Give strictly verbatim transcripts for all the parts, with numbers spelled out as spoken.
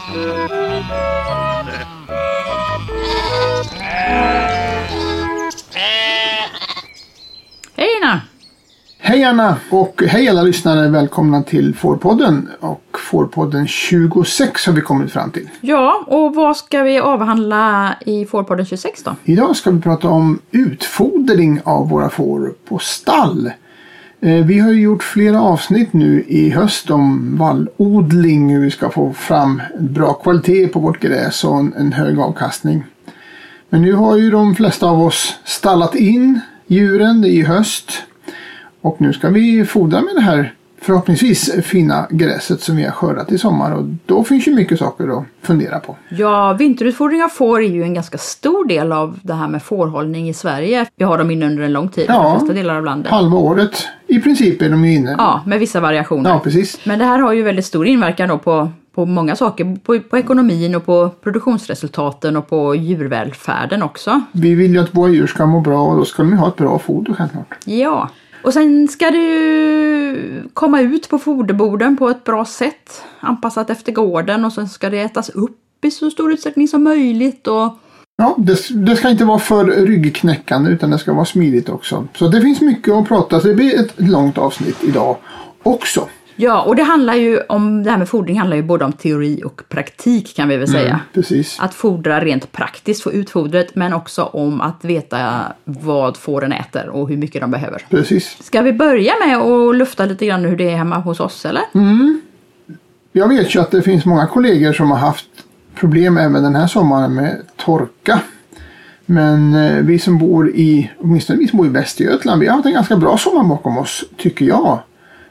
Hej Anna! Hej Anna och hej alla lyssnare, välkomna till Fårpodden, och Fårpodden tjugosex har vi kommit fram till. Ja, och vad ska vi avhandla i Fårpodden tjugosex då? Idag ska vi prata om utfodring av våra får på stall. Vi har ju gjort flera avsnitt nu i höst om vallodling, hur vi ska få fram bra kvalitet på vårt gräs och en hög avkastning. Men nu har ju de flesta av oss stallat in djuren i höst. Och nu ska vi fodra med det här förhoppningsvis fina gräset som vi har skördat i sommar. Och då finns ju mycket saker att fundera på. Ja, vinterutfodring av får är ju en ganska stor del av det här med fårhållning i Sverige. Vi har dem inne under en lång tid i ja, de flesta delar av landet. Halva året i princip är de inne. Ja, med vissa variationer. Ja, precis. Men det här har ju väldigt stor inverkan då på, på många saker. På, på ekonomin och på produktionsresultaten och på djurvälfärden också. Vi vill ju att våra djur ska må bra, och då ska de ha ett bra foder självklart. Ja. Och sen ska det ju komma ut på foderborden på ett bra sätt, anpassat efter gården, och sen ska det ätas upp i så stor utsträckning som möjligt. Och... Ja, det, det ska inte vara för ryggknäckande, utan det ska vara smidigt också. Så det finns mycket att prata, så det blir ett långt avsnitt idag också. Ja, och det handlar ju om, det här med fodring handlar ju både om teori och praktik, kan vi väl säga. Mm, precis. Att fodra rent praktiskt, få ut fodret, men också om att veta vad fåren äter och hur mycket de behöver. Precis. Ska vi börja med att lufta lite grann hur det är hemma hos oss, eller? Mm. Jag vet ju att det finns många kollegor som har haft problem även den här sommaren med torka. Men eh, vi som bor i, åtminstone vi som bor i Västergötland, vi har haft en ganska bra sommar bakom oss, tycker jag.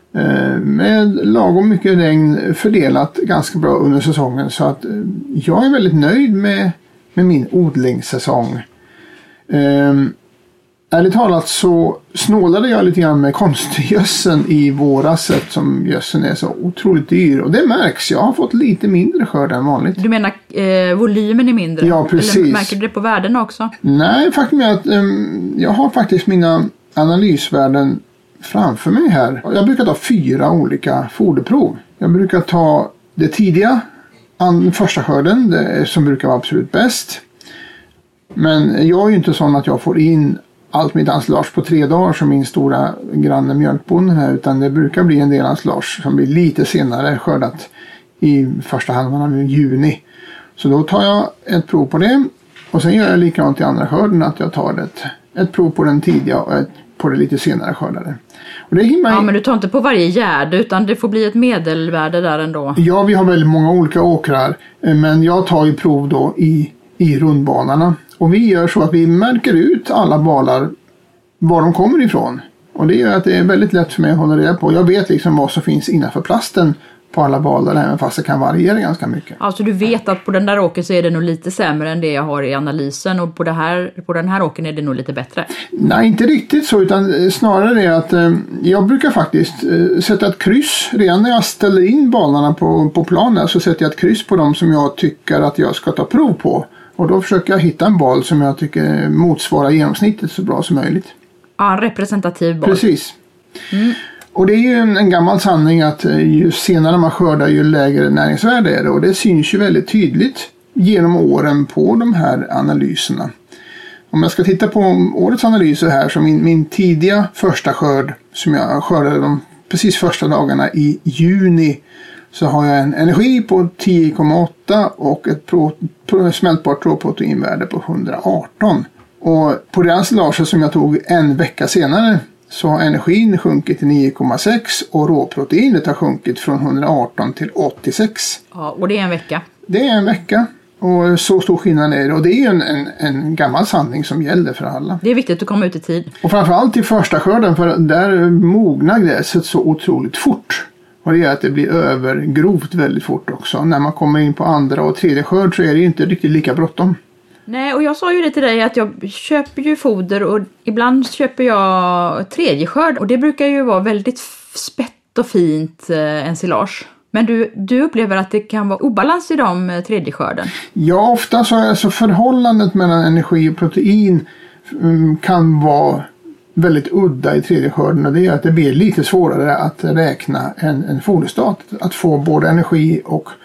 Med lagom mycket regn fördelat ganska bra under säsongen, så att jag är väldigt nöjd med, med min odlingssäsong. Um, ärligt talat så snålade jag lite grann med konstgödseln i våras, eftersom gödseln är så otroligt dyr, och det märks. Jag har fått lite mindre skörd än vanligt. Du menar eh, volymen är mindre? Ja, precis. Eller märker du det på värdena också? Nej, faktum är att um, jag har faktiskt mina analysvärden framför mig här. Jag brukar ta fyra olika foderprov. Jag brukar ta det tidiga, an, första skörden, det som brukar vara absolut bäst. Men jag är ju inte sån att jag får in allt mitt ensilage på tre dagar som min stora granne mjölkbonden här, utan det brukar bli en del ensilage som blir lite senare skördat i första halvan av juni. Så då tar jag ett prov på det, och sen gör jag likadant i andra skörden, att jag tar ett, ett prov på den tidiga och ett på det lite senare skördade. Och det himmar... Ja, men du tar inte på varje gärde, utan det får bli ett medelvärde där ändå. Ja, vi har väldigt många olika åkrar, men jag tar ju prov då i, i rundbanorna. Och vi gör så att vi märker ut alla balar var de kommer ifrån. Och det gör att det är väldigt lätt för mig att hålla reda på. Jag vet liksom vad som finns innanför plasten på alla balar, även fast det kan variera ganska mycket. Alltså du vet att på den där åken så är det nog lite sämre än det jag har i analysen, och på, det här, på den här åken är det nog lite bättre. Nej, inte riktigt så, utan snarare det att eh, jag brukar faktiskt eh, sätta ett kryss. Redan när jag ställer in banorna på, på planen så sätter jag ett kryss på dem som jag tycker att jag ska ta prov på. Och då försöker jag hitta en bal som jag tycker motsvarar genomsnittet så bra som möjligt. Ja, en representativ bal. Precis. Mm. Och det är ju en, en gammal sanning att ju senare man skördar ju lägre näringsvärde är det. Och det syns ju väldigt tydligt genom åren på de här analyserna. Om jag ska titta på årets analyser här, så min, min tidiga första skörd som jag skördade de precis första dagarna i juni, så har jag en energi på tio komma åtta och ett pro, pro, smältbart råproteinvärde på hundraarton. Och på det ensilaget som jag tog en vecka senare, så har energin sjunkit till nio komma sex och råproteinet har sjunkit från hundraarton till åttiosex. Ja, och det är en vecka. Det är en vecka, och så stor skillnad är det. Och det är en, en, en gammal sanning som gäller för alla. Det är viktigt att komma ut i tid. Och framförallt i första skörden, för där mognar gräset så otroligt fort. Och det gör att det blir övergrovt väldigt fort också. När man kommer in på andra och tredje skörd så är det ju inte riktigt lika bråttom. Nej, och jag sa ju det till dig att jag köper ju foder, och ibland köper jag tredje skörd, och det brukar ju vara väldigt spett och fint eh, ensilage. Men du, du upplever att det kan vara obalans i de eh, tredje skörden? Ja, ofta så är alltså förhållandet mellan energi och protein um, kan vara väldigt udda i tredje skörden, och det är att det blir lite svårare att räkna en, en foderstat. Att få både energi och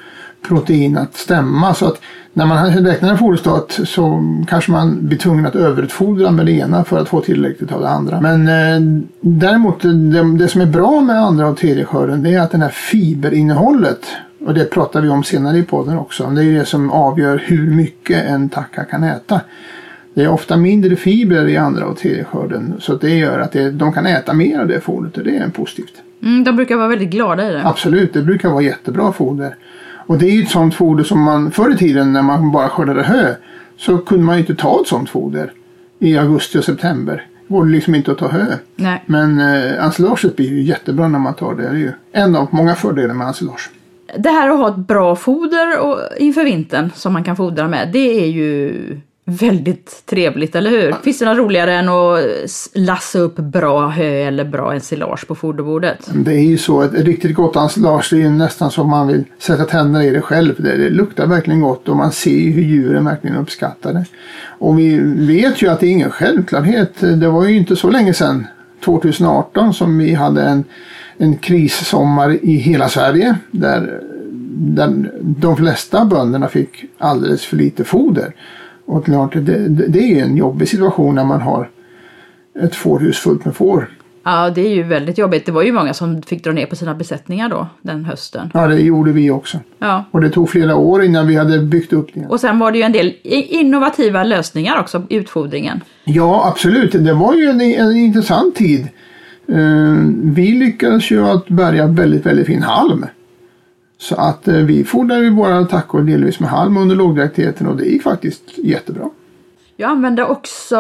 protein att stämma. Så att när man räknar en foderstat så kanske man blir tvungen att överutfodra med det ena för att få tillräckligt av det andra. Men eh, däremot det, det som är bra med andra och tredje skörden, det är att den här fiberinnehållet, och det pratar vi om senare i podden också, det är det som avgör hur mycket en tacka kan äta. Det är ofta mindre fibrer i andra och tredje skörden, så det gör att det, de kan äta mer av det fodret, och det är positivt. Mm, de brukar vara väldigt glada i det. Absolut, det brukar vara jättebra foder. Och det är ju ett sånt foder som man förr i tiden när man bara skördade hö, så kunde man ju inte ta ett sånt foder i augusti och september. Det går liksom inte att ta hö. Nej. Men eh, ensilaget blir ju jättebra när man tar det. Det är ju en av många fördelar med ensilage. Det här att ha ett bra foder och, inför vintern som man kan fodra med, det är ju väldigt trevligt, eller hur? Finns det något roligare än att lassa upp bra hö eller bra ensilage på foderbordet? Det är ju så, ett riktigt gott ensilage, det är ju nästan som man vill sätta tänderna i det själv. Det, det luktar verkligen gott och man ser ju hur djuren verkligen uppskattar det. Och vi vet ju att det är ingen självklarhet. Det var ju inte så länge sedan, tjugo arton, som vi hade en, en krissommar i hela Sverige där, där de flesta bönderna fick alldeles för lite foder. Och klart, det, det är ju en jobbig situation när man har ett fårhus fullt med får. Ja, det är ju väldigt jobbigt. Det var ju många som fick dra ner på sina besättningar då, den hösten. Ja, det gjorde vi också. Ja. Och det tog flera år innan vi hade byggt upp det. Och sen var det ju en del innovativa lösningar också i utfodringen. Ja, absolut. Det var ju en, en intressant tid. Uh, vi lyckades ju att bärga väldigt, väldigt fin halm. Så att eh, vi fodrade våra tackor delvis med halm under lågdräktigheten, och det gick faktiskt jättebra. Jag använde också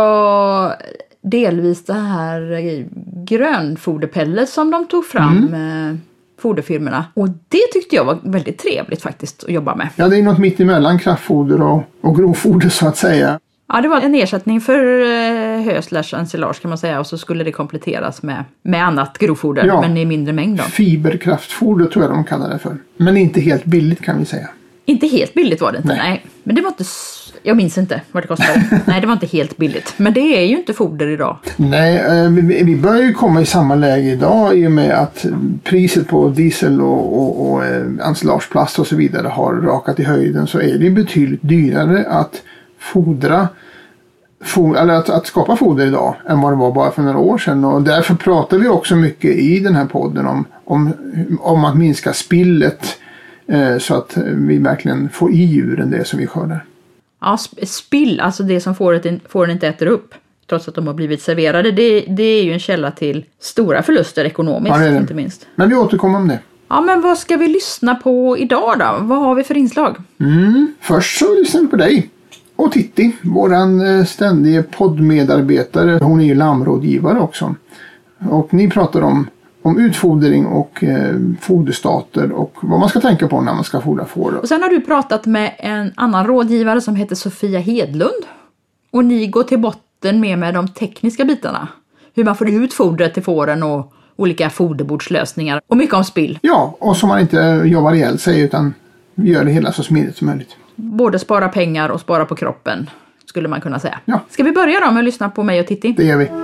delvis det här grönfoderpellet som de tog fram med mm. foderfirmorna. Och det tyckte jag var väldigt trevligt faktiskt att jobba med. Ja, det är något mitt emellan kraftfoder och, och grovfoder så att säga. Ja, det var en ersättning för hö slash ensilage kan man säga, och så skulle det kompletteras med, med annat grovfoder, ja, men i mindre mängd då. Fiberkraftfoder tror jag de kallar det för. Men inte helt billigt kan vi säga. Inte helt billigt var det inte, nej. nej. Men det var inte, jag minns inte vad det kostade. Nej, det var inte helt billigt. Men det är ju inte foder idag. Nej, vi, vi börjar ju komma i samma läge idag i och med att priset på diesel och, och, och ensilageplast och så vidare har rakat i höjden, så är det betydligt dyrare att fodra for, eller att, att skapa foder idag än vad det var bara för några år sedan, och därför pratar vi också mycket i den här podden om, om, om att minska spillet eh, så att vi verkligen får i djuren det som vi skördar. Ja, spill, alltså det som fåren får inte äter upp trots att de har blivit serverade, det, det är ju en källa till stora förluster ekonomiskt, ja, inte minst. Men vi återkommer om det. Ja, men vad ska vi lyssna på idag då? Vad har vi för inslag? Mm, först så lyssnar vi på dig. Och Titti, våran ständiga poddmedarbetare, hon är ju lammrådgivare också. Och ni pratar om, om utfodring och eh, foderstater och vad man ska tänka på när man ska fodra får. Och sen har du pratat med en annan rådgivare som heter Sofia Hedlund. Och ni går till botten med med de tekniska bitarna. Hur man får ut fodret till fåren och olika foderbordslösningar. Och mycket om spill. Ja, och så man inte jobbar ihjäl sig utan gör det hela så smidigt som möjligt. Både spara pengar och spara på kroppen, skulle man kunna säga. Ja. Ska vi börja då med att lyssna på mig och Titti? Det gör vi.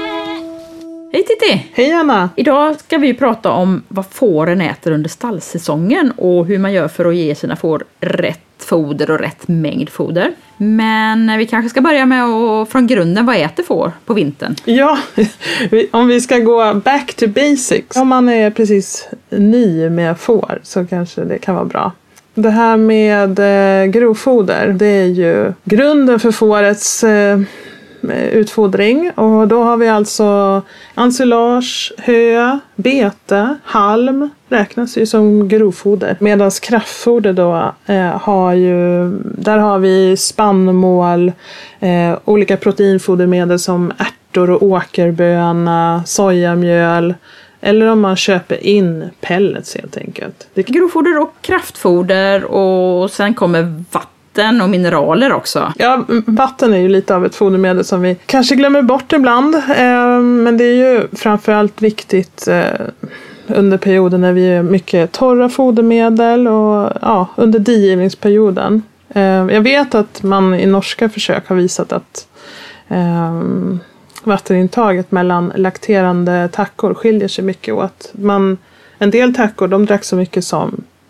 Hej Titti! Hej Anna! Idag ska vi prata om vad fåren äter under stallsäsongen och hur man gör för att ge sina får rätt foder och rätt mängd foder. Men vi kanske ska börja med att från grunden, vad äter får på vintern? Ja, om vi ska gå back to basics. Om man är precis ny med får så kanske det kan vara bra. Det här med eh, grovfoder, det är ju grunden för fårets eh, utfodring. Och då har vi alltså ensilage, hö, bete, halm räknas ju som grovfoder. Medan kraftfoder då eh, har ju, där har vi spannmål, eh, olika proteinfodermedel som ärtor och åkerböna, sojamjöl. Eller om man köper in pellets helt enkelt. Det är grovfoder och kraftfoder och sen kommer vatten och mineraler också. Ja, vatten är ju lite av ett fodermedel som vi kanske glömmer bort ibland. Eh, men det är ju framförallt viktigt eh, under perioden när vi gör mycket torra fodermedel och ja, under digivningsperioden. Eh, jag vet att man i norska försök har visat att eh, vattenintaget mellan lakterande tackor skiljer sig mycket åt. Man, en del tackor de drack så mycket som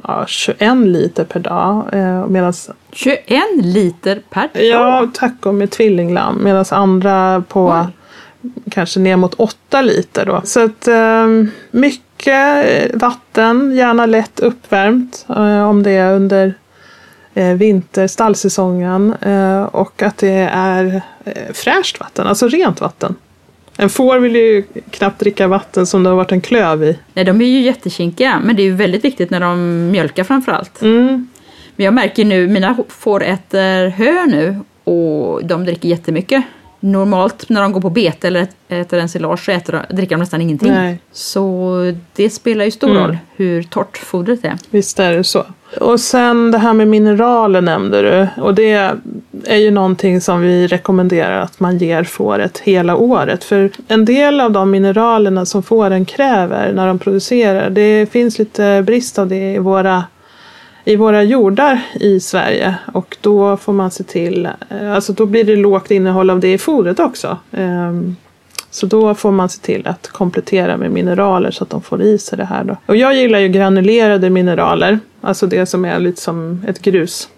ja, tjugoett liter per dag. Eh, medans, tjugoett liter per dag? Ja, tack och med tvillinglamm. Medan andra på Oj. kanske ner mot åtta liter då. Så att eh, mycket vatten, gärna lätt uppvärmt eh, om det är under eh, vinter, stallsäsongen. Eh, och att det är eh, fräscht vatten, alltså rent vatten. En får vill ju knappt dricka vatten som det har varit en klöv i. Nej, de är ju jättekinkiga, men det är ju väldigt viktigt när de mjölkar framförallt. Mm. Men jag märker nu, mina får äter hö nu och de dricker jättemycket. Normalt när de går på bete eller äter ensilage så äter de, dricker de nästan ingenting. Nej. Så det spelar ju stor mm. roll hur torrt fodret är. Visst är det så. Och sen det här med mineraler nämnde du. Och det är ju någonting som vi rekommenderar att man ger fåret hela året. För en del av de mineralerna som fåren kräver när de producerar, det finns lite brist av det i våra i våra jordar i Sverige, och då får man se till, alltså då blir det lågt innehåll av det i fodret också. Så då får man se till att komplettera med mineraler så att de får i sig det här då. Och jag gillar ju granulerade mineraler, alltså det som är lite som ett grus.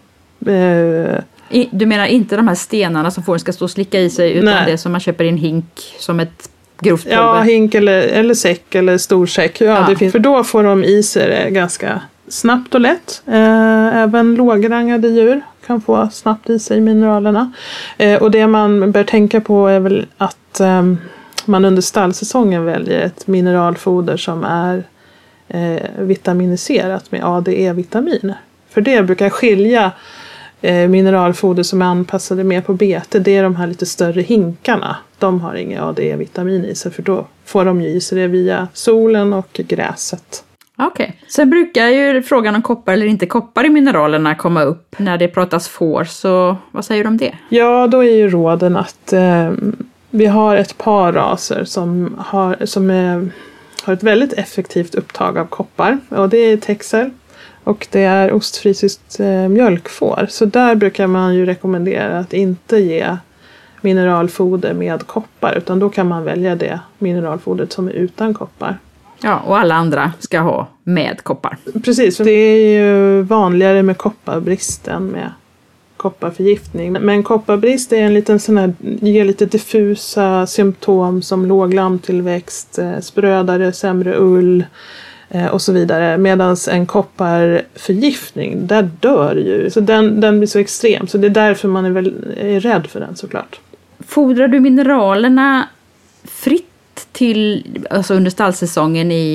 Du menar inte de här stenarna som fåren ska stå och slicka i sig, utan Nej. det som man köper i en hink som ett grovt pulver? Ja, hink eller, eller säck eller stor säck. Ja, ja. Det finns, för då får de i sig det ganska snabbt och lätt. Eh, även lågrangade djur kan få snabbt i sig mineralerna. Eh, och det man bör tänka på är väl att eh, man under stallsäsongen väljer ett mineralfoder som är eh, vitaminiserat med A D E-vitaminer. För det brukar skilja eh, mineralfoder som är anpassade mer på bete. Det är de här lite större hinkarna. De har inga A D E-vitamin i sig, för då får de ju i sig det via solen och gräset. Okej. Okay. Sen brukar ju frågan om koppar eller inte koppar i mineralerna komma upp när det pratas får. Så vad säger du om det? Ja, då är ju råden att eh, vi har ett par raser som, har, som är, har ett väldigt effektivt upptag av koppar. Och det är Texel och det är ostfrysiskt eh, mjölkfår. Så där brukar man ju rekommendera att inte ge mineralfoder med koppar, utan då kan man välja det mineralfodret som är utan koppar. Ja, och alla andra ska ha med koppar. Precis, för det är ju vanligare med kopparbrist än med kopparförgiftning. Men kopparbrist är en liten sån här, ger lite diffusa symptom som låg lammtillväxt, sprödare, sämre ull och så vidare. Medan en kopparförgiftning, där dör ju. Så den, den blir så extrem, så det är därför man är, väl, är rädd för den såklart. Fodrar du mineralerna fritt till, alltså under stallsäsongen i,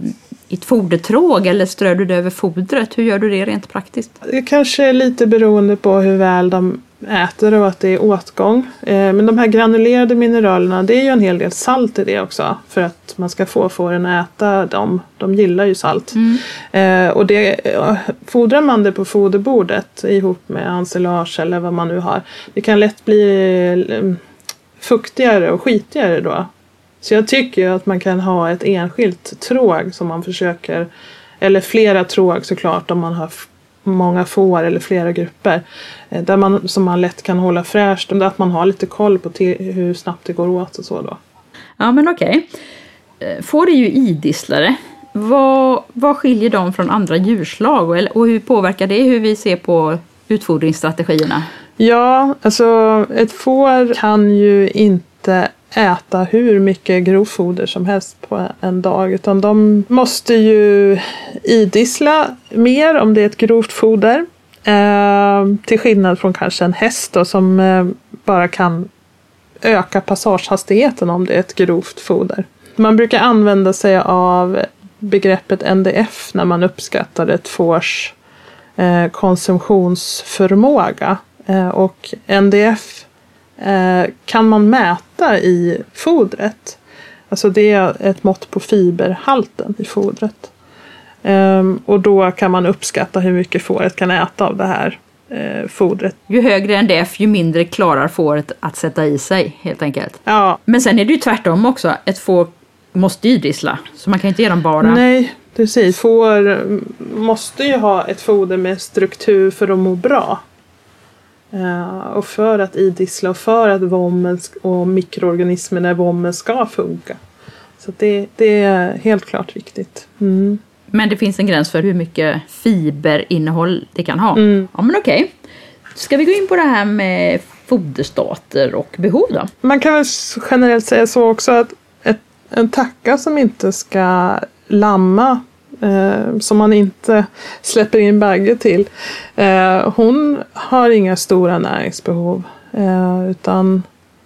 i ett fodertråg, eller strör du det över fodret? Hur gör du det rent praktiskt? Det kanske är lite beroende på hur väl de äter och att det är åtgång. Eh, men de här granulerade mineralerna, det är ju en hel del salt i det också, för att man ska få fåren att äta dem. De gillar ju salt. Mm. Eh, och det, fodrar man det på foderbordet ihop med ensilage eller vad man nu har, det kan lätt bli fuktigare och skitigare då. Så jag tycker att man kan ha ett enskilt tråg som man försöker, eller flera tråg såklart om man har många får eller flera grupper, där man, som man lätt kan hålla fräscht, att man har lite koll på till, hur snabbt det går åt och så då. Ja, men okej. Okay. Får är ju idisslare. Vad, vad skiljer dem från andra djurslag, och, och hur påverkar det hur vi ser på utfodringsstrategierna? Ja, alltså ett får kan ju inte äta hur mycket grovfoder som helst på en dag, utan de måste ju idissla mer om det är ett grovt foder, eh, till skillnad från kanske en häst då, som eh, bara kan öka passagehastigheten om det är ett grovt foder. Man brukar använda sig av begreppet N D F när man uppskattar ett fårs eh, konsumtionsförmåga, eh, och N D F kan man mäta i fodret. Alltså det är ett mått på fiberhalten i fodret. Um, och då kan man uppskatta hur mycket fåret kan äta av det här uh, fodret. Ju högre N D F, ju mindre klarar fåret att sätta i sig, helt enkelt. Ja. Men sen är det ju tvärtom också. Ett får måste ju dissla, så man kan inte ge dem bara... Nej, precis. Får måste ju ha ett foder med struktur för att må bra. Uh, och för att idissla och för att vommen och mikroorganismerna i vommen ska funka. Så det, det är helt klart viktigt. Mm. Men det finns en gräns för hur mycket fiberinnehåll det kan ha. Mm. Ja, men okej. Ska vi gå in på det här med foderstater och behov då? Man kan väl generellt säga så också att ett, en tacka som inte ska lamma, eh, som man inte släpper in bagge till, eh, hon har inga stora näringsbehov. Eh, utan,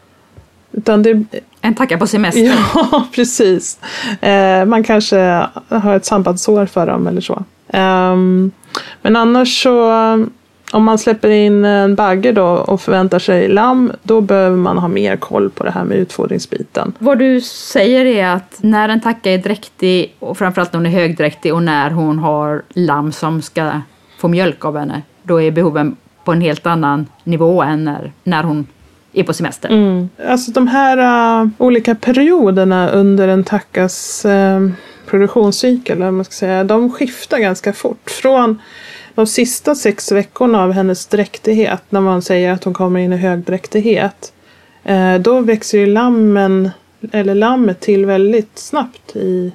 utan det... En tacka på semester. Ja, precis. Eh, man kanske har ett sambandssår för dem eller så. Eh, men annars så... Om man släpper in en bagge då och förväntar sig lamm, då behöver man ha mer koll på det här med utfodringsbiten. Vad du säger är att när en tacka är dräktig, och framförallt när hon är högdräktig och när hon har lamm som ska få mjölk av henne, då är behoven på en helt annan nivå än när, när hon är på semester. Mm. Alltså de här uh, olika perioderna under en tackas uh, produktionscykel, eller man ska säga, de skiftar ganska fort. Från de sista sex veckorna av hennes dräktighet, när man säger att hon kommer in i högdräktighet, eh, då växer ju lammen, eller lammet till väldigt snabbt i,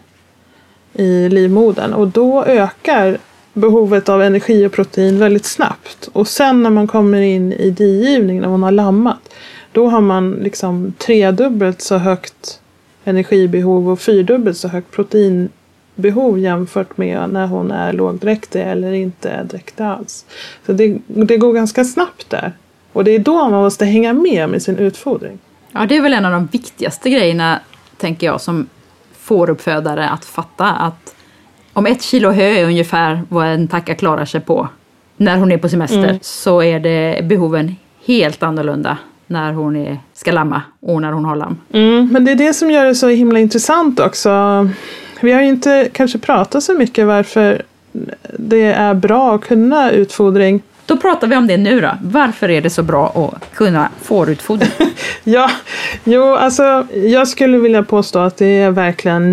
i livmodern. Och då ökar behovet av energi och protein väldigt snabbt. Och sen när man kommer in i digivning, när man har lammat, då har man liksom tredubbelt så högt energibehov och fyrdubbelt så högt protein behov jämfört med när hon är lågdräktig eller inte är dräktig alls. Så det, det går ganska snabbt där. Och det är då man måste hänga med med sin utfodring. Ja, det är väl en av de viktigaste grejerna, tänker jag, som fåruppfödare att fatta. Att om ett kilo hö är ungefär vad en tacka klarar sig på när hon är på semester, mm. så är det behoven helt annorlunda när hon är, ska lamma och när hon har lamm. Mm, men det är det som gör det så himla intressant också. Vi har ju inte kanske pratat så mycket varför det är bra att kunna utfodring. Då pratar vi om det nu då. Varför är det så bra att kunna fårutfodring? Ja, jo, alltså jag skulle vilja påstå att det är verkligen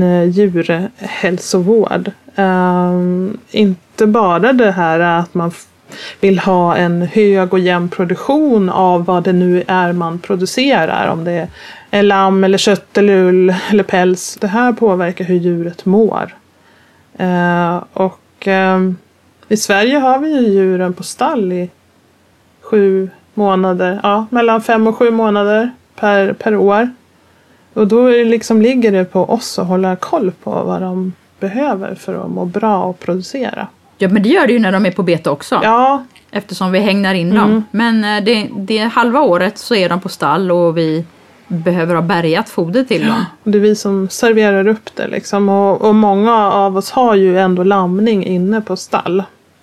djurhälsovård. Um, inte bara det här att man vill ha en hög och jämn produktion av vad det nu är man producerar. Om det är lamm eller kött eller ull eller päls. Det här påverkar hur djuret mår. Uh, och uh, i Sverige har vi ju djuren på stall i sju månader. Ja, mellan fem och sju månader per, per år. Och då liksom ligger det på oss att hålla koll på vad de behöver för att må bra och producera. Ja, men det gör det ju när de är på bete också. Ja. Eftersom vi hängnar in dem. Mm. Men det, det halva året så är de på stall och vi behöver ha bärgat foder till dem. Ja, det är vi som serverar upp det liksom. Och, och många av oss har ju ändå lamning inne på stall.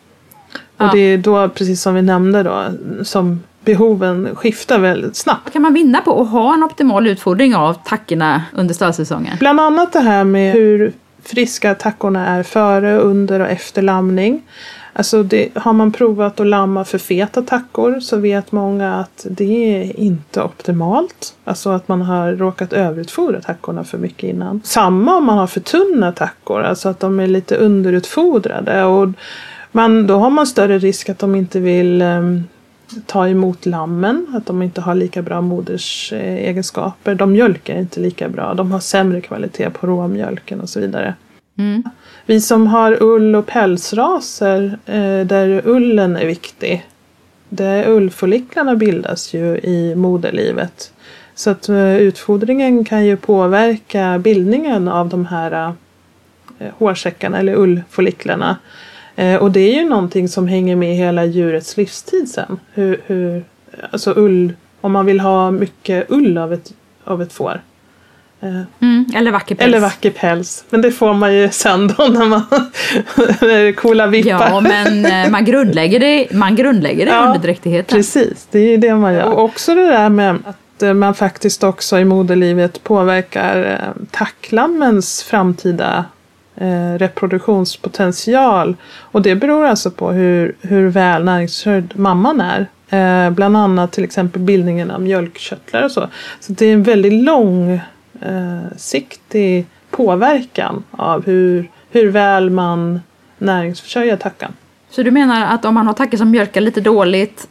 Och ja. Det är då, precis som vi nämnde då, som behoven skiftar väldigt snabbt. Vad kan man vinna på att ha en optimal utfodring av tackorna under stallsäsongen? Bland annat det här med hur friska tackorna är före, under och efter lamning. Alltså det, har man provat att lamma för feta tackor så vet många att det är inte optimalt. Alltså att man har råkat överutfodra tackorna för mycket innan. Samma om man har för tunna tackor, alltså att de är lite underutfodrade. Och man, då har man större risk att de inte vill um, ta emot lammen. Att de inte har lika bra moders eh, egenskaper. De mjölkar inte lika bra. De har sämre kvalitet på råmjölken och så vidare. Mm. Vi som har ull- och pälsraser eh, där ullen är viktig. Där ullfolliklarna bildas ju i moderlivet. Så att eh, utfodringen kan ju påverka bildningen av de här eh, hårsäckarna eller ullfolliklarna. Eh, och det är ju någonting som hänger med hela djurets livstid sen. Hur, hur, alltså ull, om man vill ha mycket ull av ett, av ett får. Mm, eller vacker päls. Eller vacker päls. Men det får man ju sen då när man när det coola vippar. Ja, men man grundlägger det, man grundlägger det ja, under dräktigheten. Precis, det är ju det man gör. Och också det där med att man faktiskt också i moderlivet påverkar tacklammens framtida eh, reproduktionspotential. Och det beror alltså på hur, hur väl näringsförd mamman är. Eh, bland annat till exempel bildningen av mjölkkörtlar och så. Så det är en väldigt lång Eh, siktig påverkan av hur, hur väl man näringsförsörjer tackan. Så du menar att om man har tackor som mjölkar lite dåligt,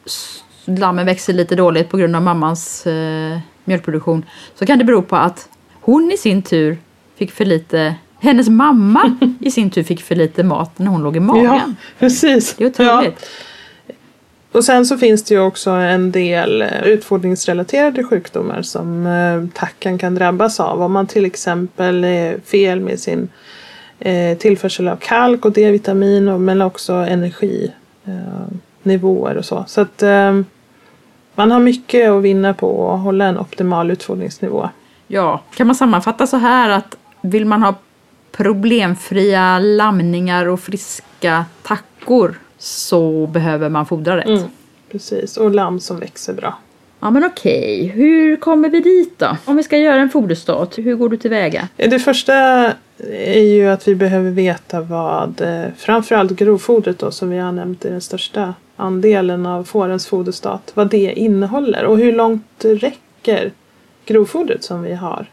lammen växer lite dåligt på grund av mammans eh, mjölkproduktion, så kan det bero på att hon i sin tur fick för lite hennes mamma i sin tur fick för lite mat när hon låg i magen. Ja, precis. Det är otroligt. Ja. Och sen så finns det ju också en del utfodringsrelaterade sjukdomar som eh, tacken kan drabbas av. Om man till exempel är fel med sin eh, tillförsel av kalk och D-vitamin och, men också energinivåer eh, och så. Så att eh, man har mycket att vinna på att hålla en optimal utfodringsnivå. Ja, kan man sammanfatta så här att vill man ha problemfria lamningar och friska tackor så behöver man fodra rätt. Mm, precis, och lamm som växer bra. Ja men okej, hur kommer vi dit då? Om vi ska göra en foderstat, hur går du tillväga? Det första är ju att vi behöver veta vad, framförallt grovfodret då, som vi har nämnt i den största andelen av fårens foderstat, vad det innehåller och hur långt räcker grovfodret som vi har.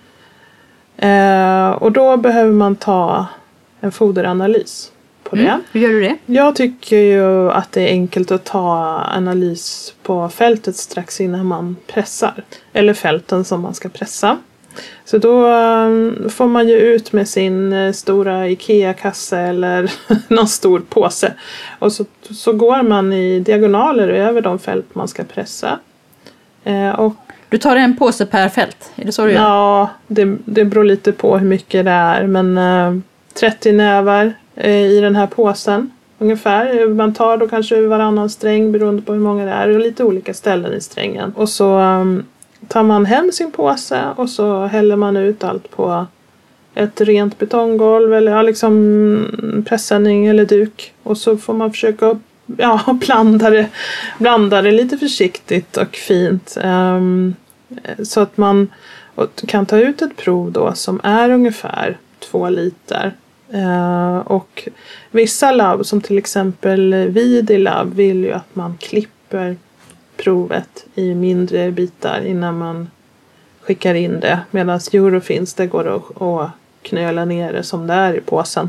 Eh, och då behöver man ta en foderanalys på det. Mm, hur gör du det? Jag tycker ju att det är enkelt att ta analys på fältet strax innan man pressar. Eller fälten som man ska pressa. Så då um, får man ju ut med sin uh, stora Ikea-kasse eller någon stor påse. Och så, så går man i diagonaler över de fält man ska pressa. Eh, och Du tar en påse per fält, är det så du gör? Ja, det, det beror lite på hur mycket det är. Men uh, trettio nävar uh, i den här påsen ungefär. Man tar då kanske varannan sträng beroende på hur många det är. Och lite olika ställen i strängen. Och så um, tar man hem sin påse och så häller man ut allt på ett rent betonggolv eller ja, liksom pressändning eller duk. Och så får man försöka ja, blanda, det, blanda det lite försiktigt och fint. Um, så att man kan ta ut ett prov då som är ungefär två liter. Uh, och vissa labb som till exempel Vidi labb vill ju att man klipper provet i mindre bitar innan man skickar in det. Medan Eurofins det går att, att knöla ner det som det är i påsen.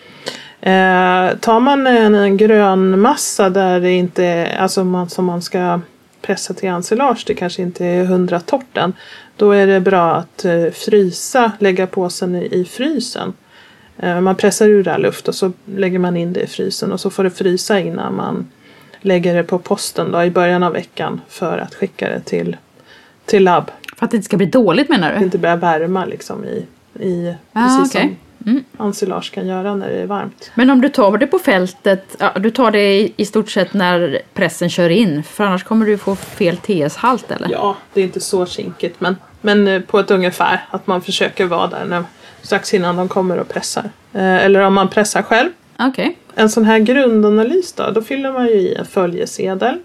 Eh, tar man en, en grön massa där det inte är, alltså man, som man ska pressa till ensilage, det kanske inte är hundra torten, då är det bra att eh, frysa, lägga påsen i, i frysen. Eh, man pressar ur all luft och så lägger man in det i frysen och så får det frysa innan man lägger det på posten då, i början av veckan för att skicka det till, till labb. För att det inte ska bli dåligt menar du? Det inte börjar värma liksom i, i ah, precis okay. som mm. ensilage kan göra när det är varmt. Men om du tar det på fältet, ja, du tar det i, i stort sett när pressen kör in, för annars kommer du få fel T S-halt eller? Ja, det är inte så kinkigt, men, men på ett ungefär att man försöker vara där när, strax innan de kommer och pressar. Eh, eller om man pressar själv. Okay. En sån här grundanalys då, då fyller man ju i en följesedel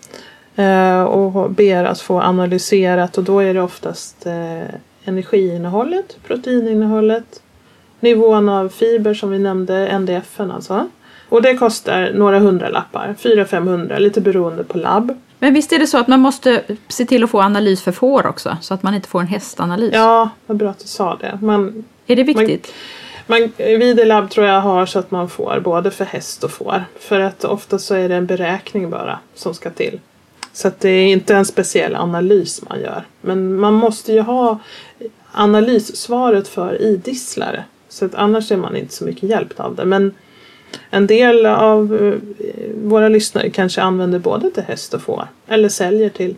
eh, och ber att få analyserat och då är det oftast eh, energiinnehållet, proteininnehållet, nivån av fiber som vi nämnde, N D F-en alltså. Och det kostar några hundra lappar, fyra till femhundra, lite beroende på labb. Men visst är det så att man måste se till att få analys för får också, så att man inte får en hästanalys? Ja, vad bra att du sa det. Man, är det viktigt? Man, man, Vidi labb tror jag har så att man får både för häst och får. För att ofta så är det en beräkning bara som ska till. Så att det är inte en speciell analys man gör. Men man måste ju ha analyssvaret för idisslare. Så att annars är man inte så mycket hjälpt av det. Men en del av våra lyssnare kanske använder både till häst och får. Eller säljer till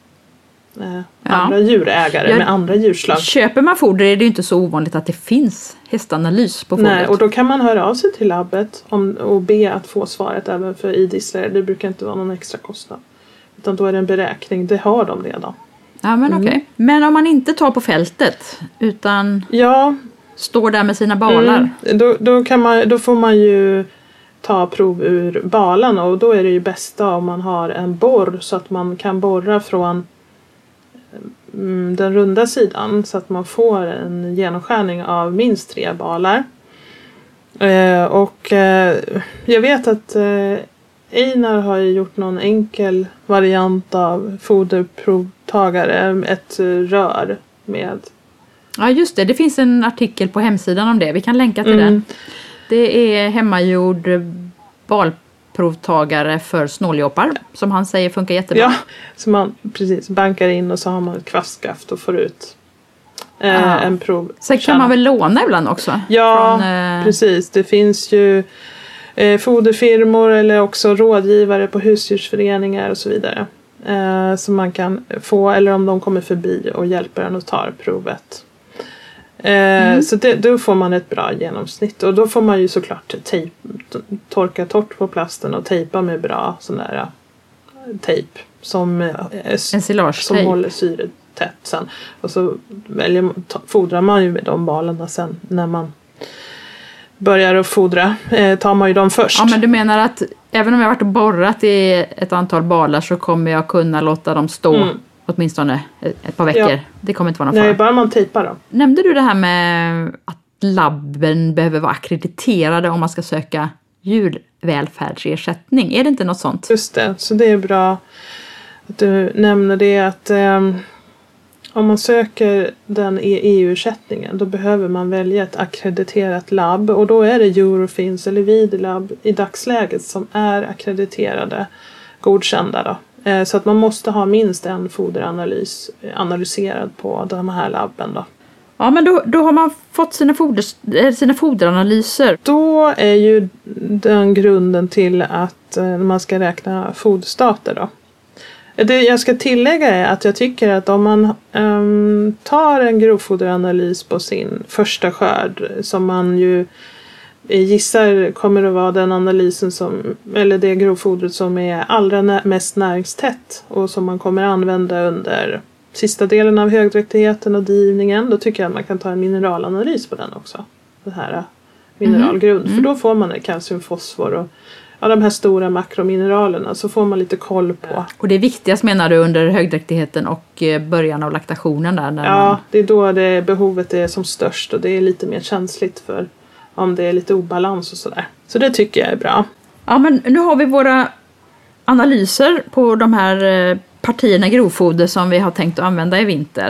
eh, ja. andra djurägare ja. med andra djurslag. Köper man foder är det ju inte så ovanligt att det finns hästanalys på fodret. Nej, och då kan man höra av sig till labbet om, och be att få svaret även för idisslare. Det brukar inte vara någon extra kostnad. Utan då är det en beräkning. Det har de redan. Ja, men mm. okej. Okay. Men om man inte tar på fältet utan ja. står där med sina balar. Mm. Då, då, kan man, då får man ju ta prov ur balarna och då är det ju bästa om man har en borr så att man kan borra från mm, den runda sidan så att man får en genomskärning av minst tre balar. Eh, och eh, jag vet att eh, Einar har ju gjort någon enkel variant av foderprovtagare, ett rör med. Ja just det, det finns en artikel på hemsidan om det. Vi kan länka till mm. den. Det är hemmagjord balprovtagare för snåljåpar som han säger funkar jättebra. Ja, så man precis bankar in och så har man ett kvastskaft och får ut eh, en prov. Sen kan man väl låna ibland också? Ja, från, eh... precis. Det finns ju eh, foderfirmor eller också rådgivare på husdjursföreningar och så vidare. Eh, som man kan få, eller om de kommer förbi och hjälper en att ta provet. Eh, mm. Så det, då får man ett bra genomsnitt. Och då får man ju såklart tejp, torka torrt på plasten och tejpa med bra sån där tejp. Som, eh, som håller syret tätt sen. Och så väljer, fodrar man ju med de balarna sen när man börjar att fodra. Eh, tar man ju dem först. Ja, men du menar att även om jag har varit och borrat i ett antal balar så kommer jag kunna låta dem stå mm. åtminstone ett par veckor. Ja. Det kommer inte vara någon fara. Nej, bara man tejpar dem. Nämnde du det här med att labben behöver vara akkrediterade om man ska söka djurvälfärdsersättning? Är det inte något sånt? Just det, så det är bra att du nämner det, att eh, om man söker den E U-ersättningen då behöver man välja ett akkrediterat labb, och då är det Eurofins eller Videolab i dagsläget som är akkrediterade, godkända då. Eh, så att man måste ha minst en foderanalys analyserad på de här labben då. Ja, men då, då har man fått sina, foder, sina foderanalyser. Då är ju den grunden till att eh, man ska räkna foderstater då. Det jag ska tillägga är att jag tycker att om man um, tar en grovfoderanalys på sin första skörd, som man ju gissar kommer att vara den analysen som, eller det grovfodret som är allra nä- mest näringstätt och som man kommer använda under sista delen av högdräktigheten och digivningen, då tycker jag att man kan ta en mineralanalys på den också. Den här mineralgrund, mm. för då får man kalcium, fosfor och ja, de här stora makromineralerna, så får man lite koll på. Och det är viktigast menar du under högdräktigheten och början av laktationen där? När ja, man... det är då det behovet är som störst och det är lite mer känsligt för om det är lite obalans och sådär. Så det tycker jag är bra. Ja, men nu har vi våra analyser på de här partierna grovfoder som vi har tänkt att använda i vinter.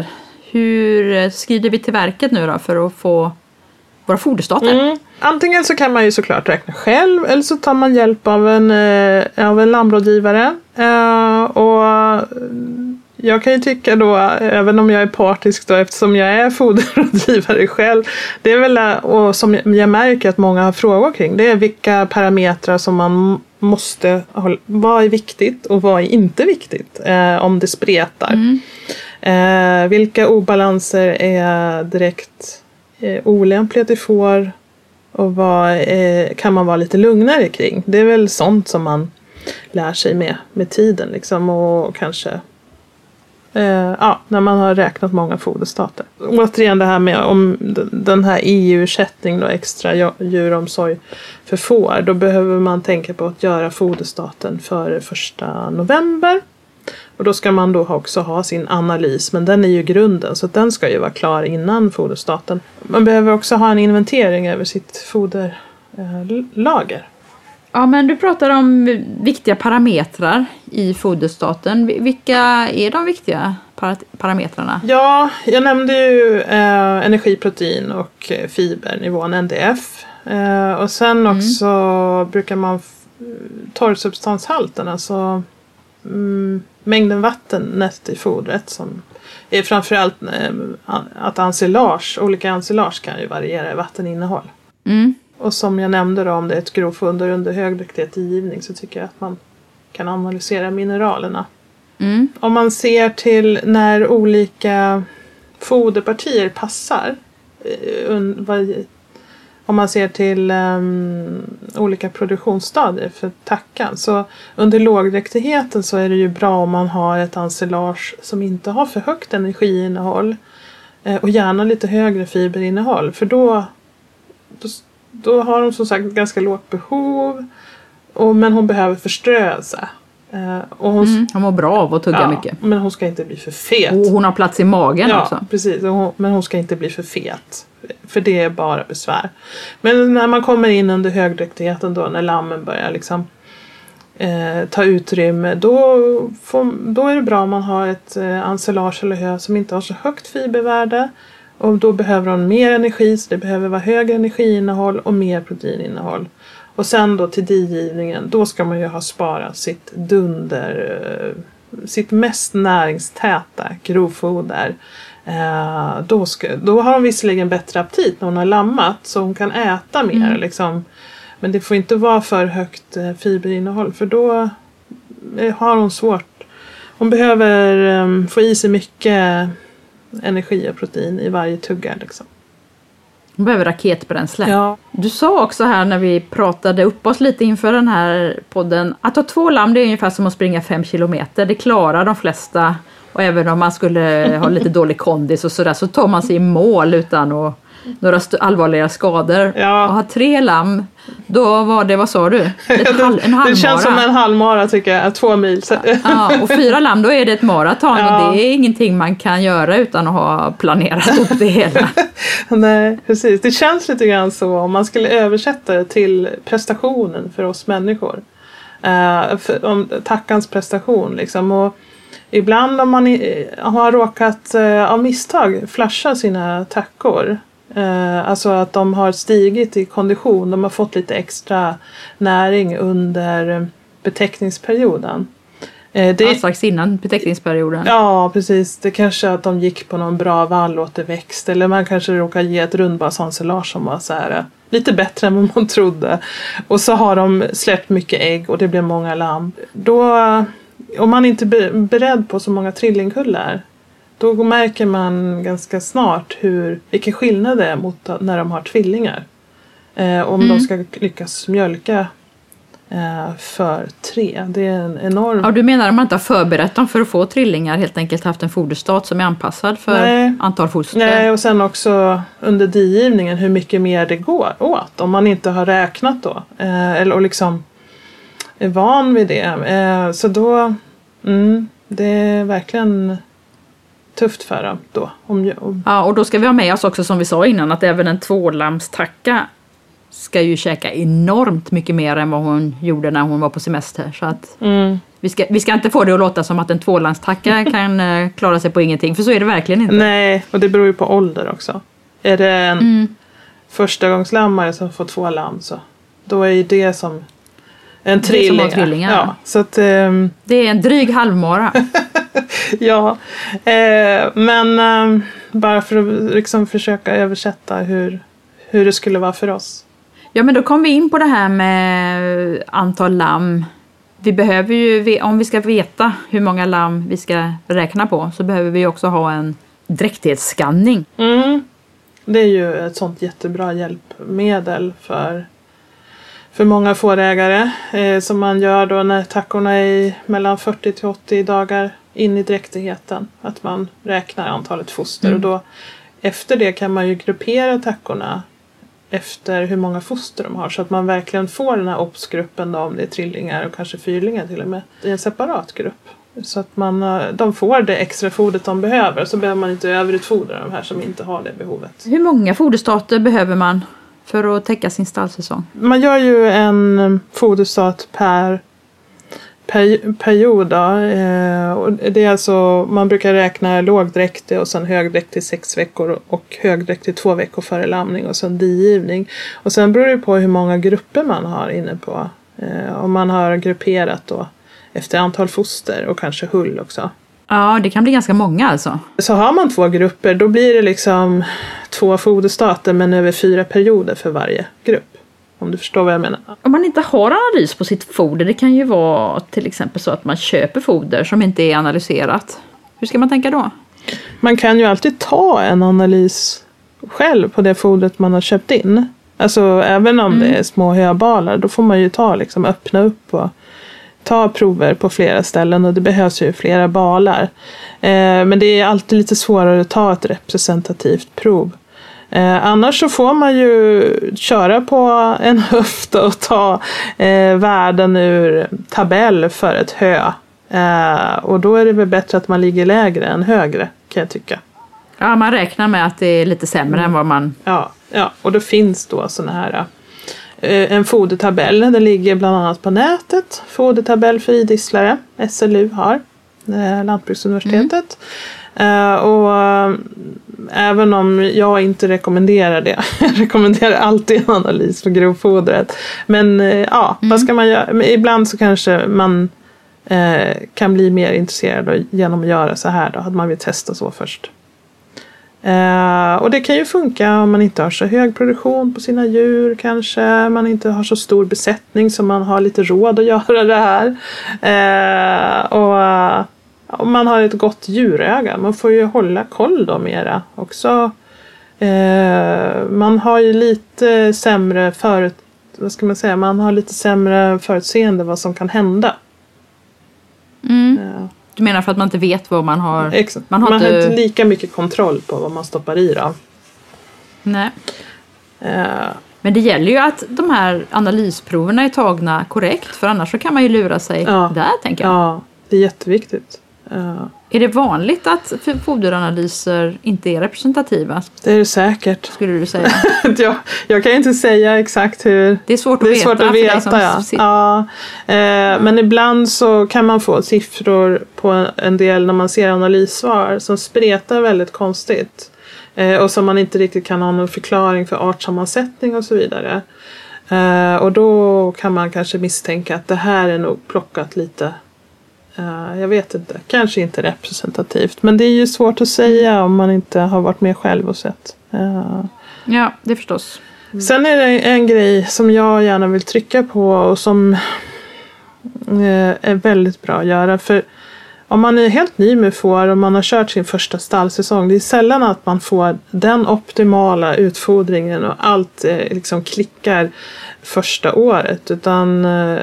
Hur skrider vi till verket nu då för att få våra foderstater? Mm. Antingen så kan man ju såklart räkna själv, eller så tar man hjälp av en, eh, av en lammrådgivare. Eh, och jag kan ju tycka då, även om jag är partisk då, eftersom jag är foderrådgivare själv, det är väl, och som jag märker att många har frågor kring, det är vilka parametrar som man måste hålla, vad är viktigt och vad är inte viktigt eh, om det spretar. Mm. Eh, vilka obalanser är direkt eh, olämpliga till får, och vad eh, kan man vara lite lugnare kring. Det är väl sånt som man lär sig med, med tiden liksom, och kanske eh, ja, när man har räknat många foderstater. Återigen det här med om den här E U-ersättning då, extra djuromsorg för får, då behöver man tänka på att göra foderstaten före första november. Och då ska man då också ha sin analys, men den är ju grunden, så att den ska ju vara klar innan foderstaten. Man behöver också ha en inventering över sitt foderlager. Ja, men du pratar om viktiga parametrar i foderstaten. Vilka är de viktiga parametrarna? Ja, jag nämnde ju eh, energi, protein och fibernivån N D F. Eh, och sen också mm. brukar man f- torrsubstanshalten, alltså mm, mängden vattennet i fodret, som är framförallt eh, att ensilage, olika ensilage kan ju variera i vatteninnehåll. Mm. Och som jag nämnde då, om det är ett grovfoder under högdräktighet i givning, så tycker jag att man kan analysera mineralerna. Mm. Om man ser till när olika foderpartier passar, om man ser till um, olika produktionsstadier för tackan, så under lågdräktigheten så är det ju bra om man har ett ensilage som inte har för högt energiinnehåll eh, och gärna lite högre fiberinnehåll, för då, då Då har hon som sagt ganska lågt behov, och, men hon behöver förströelse. Eh, och hon, mm, hon mår bra av att tugga ja, mycket. Men hon ska inte bli för fet. Och hon har plats i magen ja, också. Precis, hon, men hon ska inte bli för fet. För det är bara besvär. Men när man kommer in under högdräktigheten då, när lammen börjar liksom eh, ta utrymme, då, får, då är det bra om man har ett eh, ensilage eller hö som inte har så högt fibervärde. Och då behöver hon mer energi, så det behöver vara högre energiinnehåll och mer proteininnehåll. Och sen då till digivningen, då ska man ju ha sparat sitt dunder, sitt mest näringstäta grovfoder Eh, då, ska, då har hon visserligen bättre aptit när hon har lammat. Så hon kan äta mer. Mm. Liksom. Men det får inte vara för högt eh, fiberinnehåll. För då eh, har hon svårt. Hon behöver eh, få i sig mycket energi och protein i varje tugga. Liksom. Hon behöver raketbränsle. Ja. Du sa också här när vi pratade upp oss lite inför den här podden. Att ha två lamm, det är ungefär som att springa fem kilometer. Det klarar de flesta. Och även om man skulle ha lite dålig kondis och sådär, så tar man sig i mål utan att, några st- allvarliga skador. Ja. Och ha tre lamm, då var det, vad sa du? Ett hal- en halvmara. Det känns som en halvmara tycker jag, två mil. Ja, och fyra lamm, då är det ett maraton. Ja. Och det är ingenting man kan göra utan att ha planerat upp det hela. Nej, precis. Det känns lite grann så om man skulle översätta det till prestationen för oss människor. Uh, för, om tackans prestation liksom. Och ibland om man i, har råkat uh, av misstag flasha sina tackor. Uh, alltså att de har stigit i kondition. De har fått lite extra näring under betäckningsperioden. Uh, det Ja, strax innan betäckningsperioden. Ja, precis. Det kanske att de gick på någon bra vallåterväxt. Eller man kanske råkar ge ett rundbasensilage som var så här, lite bättre än vad man trodde. Och så har de släppt mycket ägg och det blir många lamm. Då, om man inte är beredd på så många trillingkullar, då märker man ganska snart hur, vilken skillnad det är mot när de har tvillingar. Eh, om Mm. de ska lyckas mjölka eh, för tre. Det är en enorm... Ja, du menar att man inte har förberett dem för att få trillingar, helt enkelt haft en foderstat som är anpassad för Nej. antal foster? Nej, och sen också under digivningen hur mycket mer det går åt. Om man inte har räknat då. Eh, eller och liksom är van vid det. Eh, så då, mm, det är verkligen tufft för dem då. Om, om, Ja, och då ska vi ha med oss också, som vi sa innan, att även en tvålamstacka ska ju käka enormt mycket mer än vad hon gjorde när hon var på semester. Så att mm. vi, ska, vi ska inte få det att låta som att en tvålamstacka kan eh, klara sig på ingenting, för så är det verkligen inte. Nej, och det beror ju på ålder också. Är det en Mm. förstagångslammare som får två lamm, så då är ju det som en Det är som trilling. har tvillingar. Ja, så att... ehm, Det är en dryg halvmara. Ja, eh, men eh, bara för att liksom försöka översätta hur, hur det skulle vara för oss. Ja, men då kom vi in på det här med antal lamm. Vi behöver ju, om vi ska veta hur många lamm vi ska räkna på, så behöver vi också ha en dräktighetsskanning. Mm. Det är ju ett sånt jättebra hjälpmedel för, för många fårägare eh, som man gör då när tackorna är mellan fyrtio till åttio dagar in i dräktigheten. Att man räknar antalet foster. Mm. Och då efter det kan man ju gruppera tackorna efter hur många foster de har. Så att man verkligen får den här obsgruppen då, om det är trillingar och kanske fyrlingar till och med, i en separat grupp. Så att man, de får det extra fodret de behöver. Så behöver man inte överutfodra de här som inte har det behovet. Hur många foderstater behöver man för att täcka sin stallsäsong? Man gör ju en foderstat per per, period då. Eh, och det är alltså, man brukar räkna lågdräktig och sen högdräktig sex veckor och högdräktig två veckor före lamning och sen digivning. Och sen beror det på hur många grupper man har inne på. Eh, om man har grupperat då efter antal foster och kanske hull också. Ja, det kan bli ganska många alltså. Så har man två grupper, då blir det liksom två foderstater men över fyra perioder för varje grupp. Om du förstår vad jag menar. Om man inte har analys på sitt foder, det kan ju vara till exempel så att man köper foder som inte är analyserat. Hur ska man tänka då? Man kan ju alltid ta en analys själv på det fodret man har köpt in. Alltså även om mm. det är små höbalar, då får man ju ta liksom öppna upp och ta prover på flera ställen, och det behövs ju flera balar. Eh, men det är alltid lite svårare att ta ett representativt prov. Eh, annars så får man ju köra på en höft och ta eh, värden ur tabell för ett hö. Eh, och då är det väl bättre att man ligger lägre än högre, kan jag tycka. Ja, man räknar med att det är lite sämre mm. än vad man... Ja, ja, och då finns då såna här... En fodertabell, den ligger bland annat på nätet. Fodertabell för idisslare, S L U har, Lantbruksuniversitetet. Mm. Uh, och uh, även om jag inte rekommenderar det, jag rekommenderar alltid en analys för grovfodret. Men uh, ja, mm. vad ska man göra? Men ibland så kanske man uh, kan bli mer intresserad genom att göra så här då, att man vill testa så först. Eh, och det kan ju funka om man inte har så hög produktion på sina djur kanske. Man inte har så stor besättning så man har lite råd att göra det här. Eh, och om man har ett gott djuröga. Man får ju hålla koll då mera också. Eh, man har ju lite sämre förut, vad ska man säga? Man har lite sämre förutseende vad som kan hända. Mm. Eh. Du menar för att man inte vet vad man har... Exakt. Man har, man inte... har inte lika mycket kontroll på vad man stoppar i då. Nej. Uh, Men det gäller ju att de här analysproverna är tagna korrekt. För annars så kan man ju lura sig ja, där, tänker jag. Ja, det är jätteviktigt. Uh, är det vanligt att foderanalyser inte är representativa? Det är det säkert. Skulle du säga? jag, jag kan inte säga exakt hur... Det är svårt att det är veta. Svårt att veta ja. Som... ja. Uh, men ibland så kan man få siffror på en del när man ser analyssvar som spretar väldigt konstigt. Uh, och som man inte riktigt kan ha någon förklaring för artsammansättning och så vidare. Uh, och då kan man kanske misstänka att det här är nog plockat lite... Uh, jag vet inte, kanske inte representativt. Men det är ju svårt att säga om man inte har varit med själv och sett. Uh. Ja, det förstås. Mm. Sen är det en grej som jag gärna vill trycka på och som uh, är väldigt bra att göra. För om man är helt ny med får och man har kört sin första stallsäsong, det är sällan att man får den optimala utfodringen och allt uh, liksom klickar första året. Utan... Uh,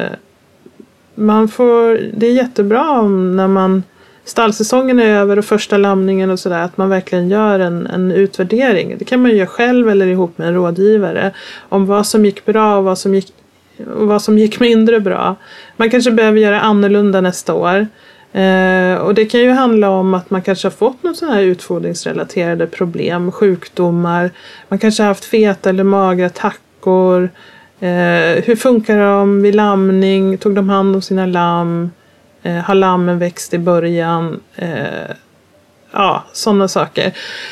Man får, det är jättebra om när man stallsäsongen är över och första lamningen och sådär, att man verkligen gör en, en utvärdering. Det kan man göra själv eller ihop med en rådgivare om vad som gick bra och vad som gick, och vad som gick mindre bra. Man kanske behöver göra annorlunda nästa år. Eh, och det kan ju handla om att man kanske har fått någon sån här utfodringsrelaterade problem, sjukdomar. Man kanske har haft feta eller magra tackor. Eh, hur funkar de vid lamning? Tog de hand om sina lamm? Eh, har lammen växt i början? Eh, ja, sådana saker.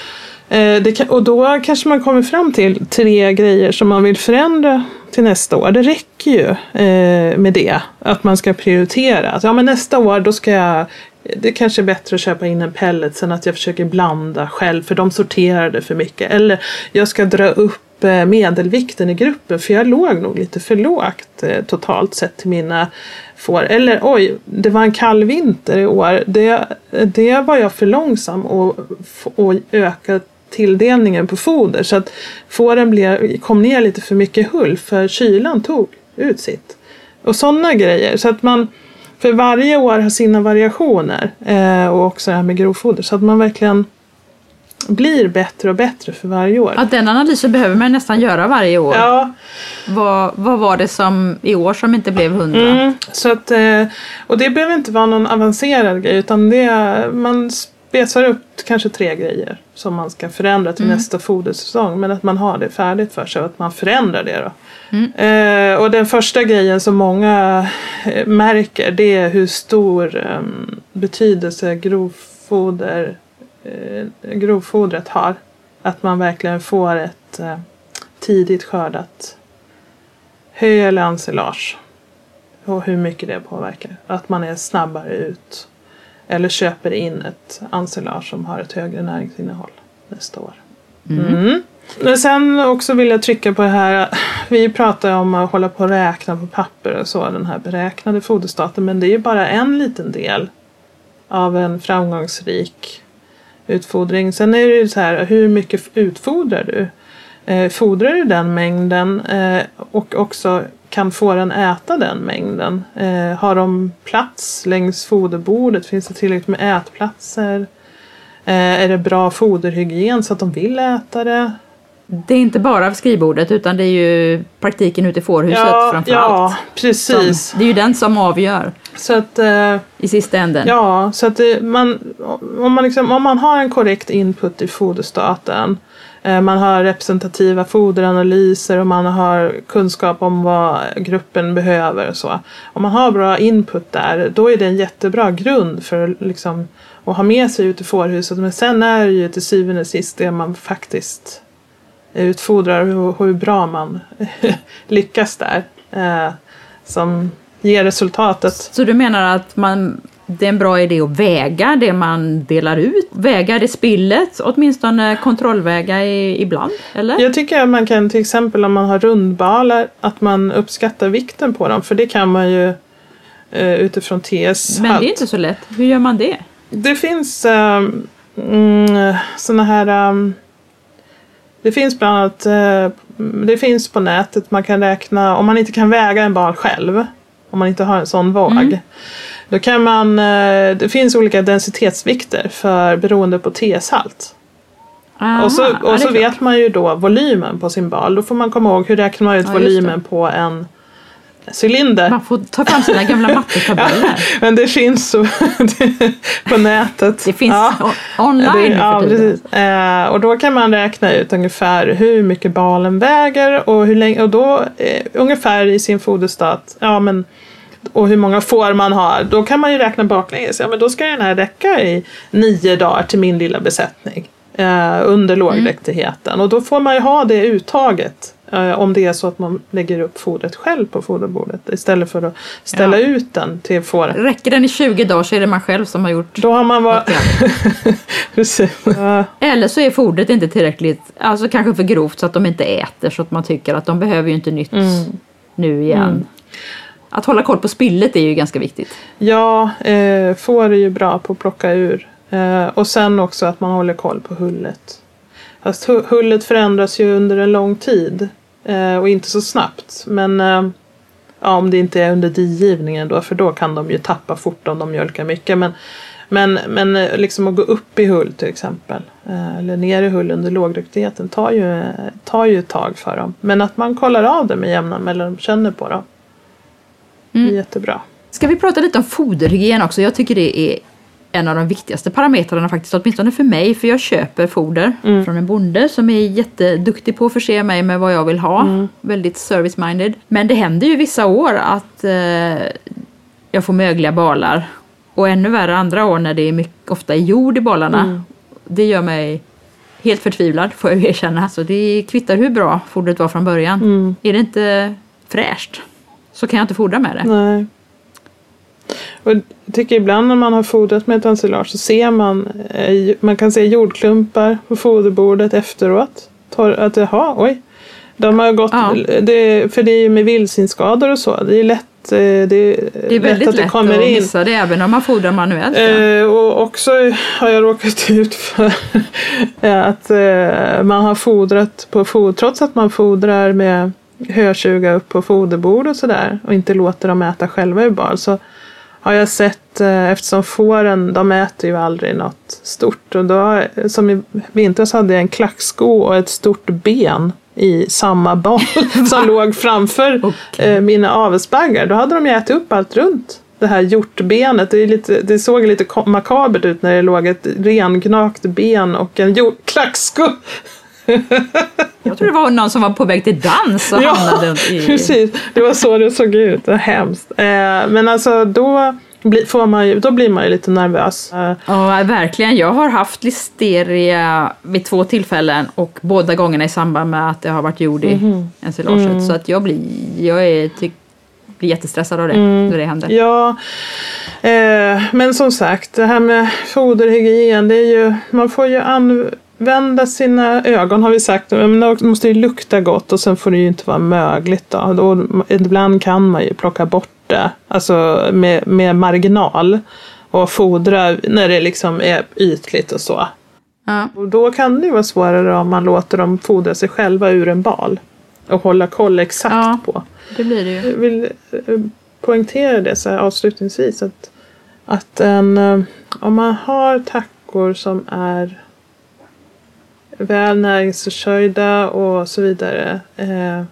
Eh, det kan, och då kanske man kommer fram till tre grejer som man vill förändra till nästa år. Det räcker ju eh, med det. Att man ska prioritera. Att, ja, men nästa år då ska jag... Det kanske är bättre att köpa in en pellet än att jag försöker blanda själv. För de sorterade för mycket. Eller jag ska dra upp medelvikten i gruppen, för jag låg nog lite för lågt eh, totalt sett till mina får. Eller oj, det var en kall vinter i år. Det, det var jag för långsam och, och öka tilldelningen på foder, så att fåren blev, kom ner lite för mycket hull, för kylan tog ut sitt. Och sådana grejer, så att man för varje år har sina variationer eh, och också det här med grovfoder, så att man verkligen blir bättre och bättre för varje år. Ja, den analysen behöver man nästan göra varje år. Ja. Vad, vad var det som i år som inte blev hundra? Mm, så att, och det behöver inte vara någon avancerad grej, utan det är, man spetsar upp kanske tre grejer som man ska förändra till mm. nästa fodersäsong, men att man har det färdigt för sig och att man förändrar det då. Mm. Eh, och den första grejen som många märker, det är hur stor eh, betydelse grovfoder grovfodret har. Att man verkligen får ett eh, tidigt skördat hö eller ensilage. Och hur mycket det påverkar. Att man är snabbare ut. Eller köper in ett ensilage som har ett högre näringsinnehåll nästa år. Mm. Mm. Men sen också vill jag trycka på det här. Vi pratar om att hålla på och räkna på papper och så. Den här beräknade foderstaten. Men det är ju bara en liten del av en framgångsrik utfodring. Sen är det ju så här, hur mycket utfodrar du? Eh, fodrar du den mängden eh, och också kan få den äta den mängden? Eh, har de plats längs foderbordet? Finns det tillräckligt med ätplatser? Eh, är det bra foderhygien så att de vill äta det? Det är inte bara skrivbordet, utan det är ju praktiken ute i fårhuset ja, framförallt. Ja, precis. Som, det är ju den som avgör. Så att, eh, i sista änden. Ja, så att det, man, om, man liksom, om man har en korrekt input i foderstaten, eh, man har representativa foderanalyser och man har kunskap om vad gruppen behöver och så. Om man har bra input där, då är det en jättebra grund för liksom, att ha med sig ut i fårhuset. Men sen är det ju till syvende och sist det man faktiskt utfodrar, hur, hur bra man lyckas där, eh, som ger resultatet. Så du menar att man, det är en bra idé att väga det man delar ut. Väga det spillet, åtminstone kontrollväga i, ibland, eller? Jag tycker att man kan till exempel om man har rundbalar att man uppskattar vikten på dem. För det kan man ju eh, utifrån T S-halt. Men det är inte så lätt. Hur gör man det? Det finns eh, mm, såna här... Um, det finns bland annat... Eh, det finns på nätet. Man kan räkna... Om man inte kan väga en bal själv. Om man inte har en sån våg. Mm. Då kan man... Eh, det finns olika densitetsvikter för beroende på T S-halt. Aha, och så, och ja, så vet man ju då volymen på sin bal. Då får man komma ihåg hur räknar man ut ja, volymen på en cylinder. Man får ta fram sina gamla mattetabeller. Ja, men det finns så på nätet. Det finns ja. online det, ja, precis. Eh, och då kan man räkna ut ungefär hur mycket balen väger och hur länge, och då eh, ungefär i sin foderstat, ja men och hur många får man har. Då kan man ju räkna baklänges. Ja, men då ska den här räcka i nio dagar till min lilla besättning. Eh, under lågdräktigheten. Mm. Och då får man ju ha det uttaget. Eh, om det är så att man lägger upp fodret själv på foderbordet. Istället för att ställa ja. ut den till fåret. Räcker den i tjugo dagar så är det man själv som har gjort. Då har man varit... Precis. Eller så är fodret inte tillräckligt. Alltså kanske för grovt så att de inte äter. Så att man tycker att de behöver ju inte nytt mm. nu igen. Mm. Att hålla koll på spillet är ju ganska viktigt. Ja, eh, får är ju bra på att plocka ur. Eh, och sen också att man håller koll på hullet. Fast hullet förändras ju under en lång tid. Eh, och inte så snabbt. Men eh, ja, om det inte är under digivningen då. För då kan de ju tappa fort om de mjölkar mycket. Men, men, men liksom att gå upp i hull till exempel. Eh, eller ner i hull under lågdräktigheten tar ju, tar ju ett tag för dem. Men att man kollar av det med jämna mellan känner på dem. Mm. Det är jättebra. Ska vi prata lite om foderhygien också? Jag tycker det är en av de viktigaste parametrarna faktiskt, åtminstone för mig, för jag köper foder mm. från en bonde som är jätteduktig på att förse mig med vad jag vill ha, mm. väldigt service-minded. Men det händer ju vissa år att eh, jag får mögliga balar och ännu värre andra år när det är mycket, ofta jord i balarna. Mm. Det gör mig helt förtvivlad, får jag erkänna. Så det kvittar hur bra fodret var från början. Mm. Är det inte fräscht så kan jag inte fodra med det. Nej. Och jag tycker ibland när man har fodrat med ett ensilage så ser man, eh, man kan se jordklumpar på foderbordet efteråt. Tar, att jaha, oj. De har gått, ja. det, för det är ju med vildsvinsskador och så. Det är lätt, det är, det är väldigt lätt att det kommer att missa in. Det även om man fodrar manuellt. Eh, och också har jag råkat ut för att eh, man har fodrat på foder, trots att man fodrar med hötjuga upp på foderbord och sådär och inte låter dem äta själva i bal, så har jag sett, eftersom fåren, de äter ju aldrig något stort, och då, som i vintras hade jag en klacksko och ett stort ben i samma bal som låg framför okay. eh, mina avelsbaggar. Då hade de ju ätit upp allt runt det här hjortbenet. Det, är lite, det såg lite makabert ut när det låg ett rengnakt ben och en jord- klacksko. Jag tror det var någon som var på väg till dans och ja, hamnade i... precis. Det var så det såg ut. Det var hemskt. Eh, men alltså då, bli, får man ju, då blir man ju lite nervös. Eh. Ja, verkligen. Jag har haft listeria vid två tillfällen och båda gångerna i samband med att det har varit jord i mm-hmm. ensilaget. Mm. Så att jag blir, jag är, ty, blir jättestressad av det mm. när det händer. Ja, eh, men som sagt, det här med foderhygien, det är ju, man får ju använda Vända sina ögon har vi sagt, men det måste ju lukta gott och sen får det ju inte vara mögligt då. då ibland kan man ju plocka bort det, alltså med, med marginal och fodra när det liksom är ytligt och så. Ja. Och då kan det ju vara svårare om man låter dem fodra sig själva ur en bal och hålla koll exakt ja, på. Det blir det ju. Jag vill poängtera det så här avslutningsvis att, att en, om man har tackor som är väl näringsförsörjda och så vidare, eh,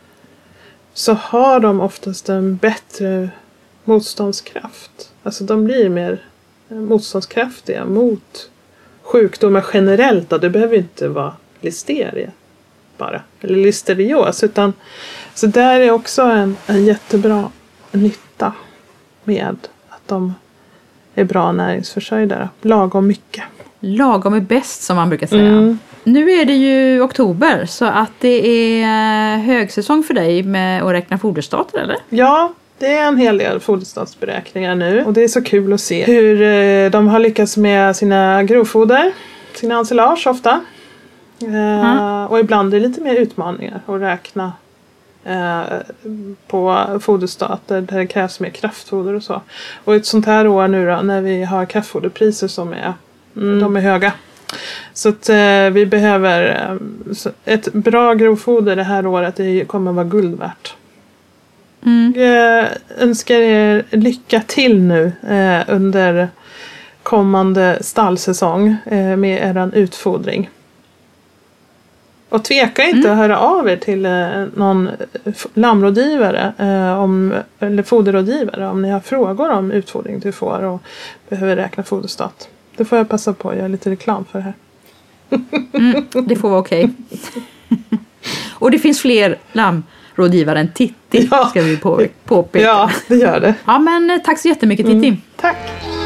så har de oftast en bättre motståndskraft. Alltså de blir mer motståndskraftiga mot sjukdomar generellt. Då. Det behöver inte vara listeria bara, eller listerios, utan så där är också en, en jättebra nytta med att de är bra näringsförsörjda. Lagom mycket. Lagom är bäst, som man brukar säga. Mm. Nu är det ju oktober, så att det är högsäsong för dig med att räkna foderstater, eller? Ja, Det är en hel del foderstatsberäkningar nu och det är så kul att se hur eh, de har lyckats med sina grovfoder, sina ensilage ofta. Eh, mm. Och ibland är det lite mer utmaningar att räkna eh, på foderstater där det krävs mer kraftfoder och så. Och ett sånt här år nu då, när vi har kraftfoderpriser som är, mm. de är höga. Så att eh, vi behöver eh, ett bra grovfoder det här året, det kommer att vara guld värt. Mm. Jag önskar er lycka till nu eh, under kommande stallsäsong eh, med er utfodring. Och tveka inte mm. att höra av er till eh, någon lammrådgivare eh, om, eller foderrådgivare om ni har frågor om utfodring till får och behöver räkna foderstat. Det får jag passa på att göra lite reklam för här. Mm, det får vara okej. Och det finns fler lammrådgivare än Titti, ja. Ska vi på, påpeka. Ja, det gör det. Ja, men tack så jättemycket Titti. Mm, tack.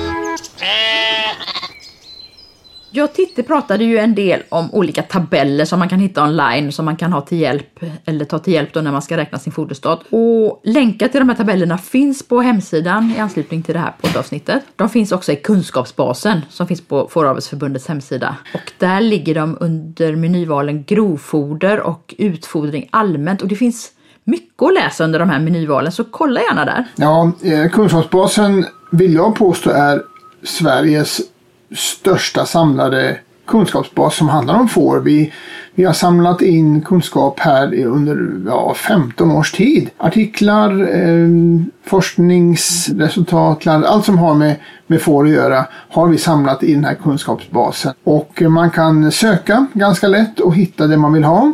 Jag och Titti pratade ju en del om olika tabeller som man kan hitta online som man kan ha till hjälp eller ta till hjälp då när man ska räkna sin foderstat. Och länkar till de här tabellerna finns på hemsidan i anslutning till det här poddavsnittet. De finns också i kunskapsbasen som finns på Fåravelsförbundets hemsida. Och där ligger de under menyvalen grovfoder och utfodring allmänt. Och det finns mycket att läsa under de här menyvalen, så kolla gärna där. Ja, kunskapsbasen vill jag påstå är Sveriges största samlade kunskapsbas som handlar om får. Vi, vi har samlat in kunskap här under ja, femton års tid. Artiklar, eh, forskningsresultat, allt som har med, med får att göra har vi samlat i den här kunskapsbasen. Och man kan söka ganska lätt och hitta det man vill ha.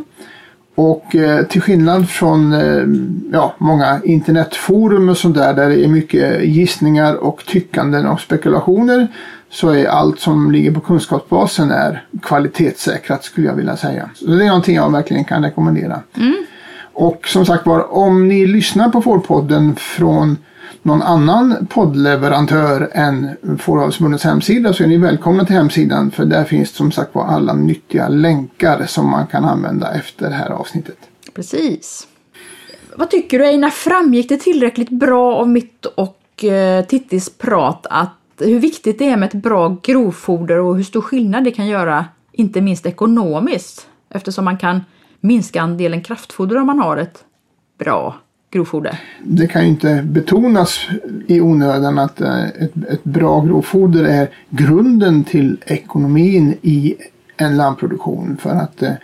Och eh, till skillnad från eh, ja, många internetforum och sånt där, där det är mycket gissningar och tyckanden och spekulationer, så är allt som ligger på kunskapsbasen är kvalitetssäkrat, skulle jag vilja säga. Så det är någonting jag verkligen kan rekommendera. Mm. Och som sagt var, om ni lyssnar på Fårpodden från någon annan poddleverantör än Fåravelsförbundets hemsida, så är ni välkomna till hemsidan, för där finns som sagt var alla nyttiga länkar som man kan använda efter det här avsnittet. Precis. Vad tycker du, Einar? Framgick det tillräckligt bra av mitt och eh, Tittis prat att hur viktigt det är med ett bra grovfoder och hur stor skillnad det kan göra, inte minst ekonomiskt, eftersom man kan minska andelen kraftfoder om man har ett bra grovfoder? Det kan ju inte betonas i onödan att ett, ett bra grovfoder är grunden till ekonomin i en lammproduktion. För att eh,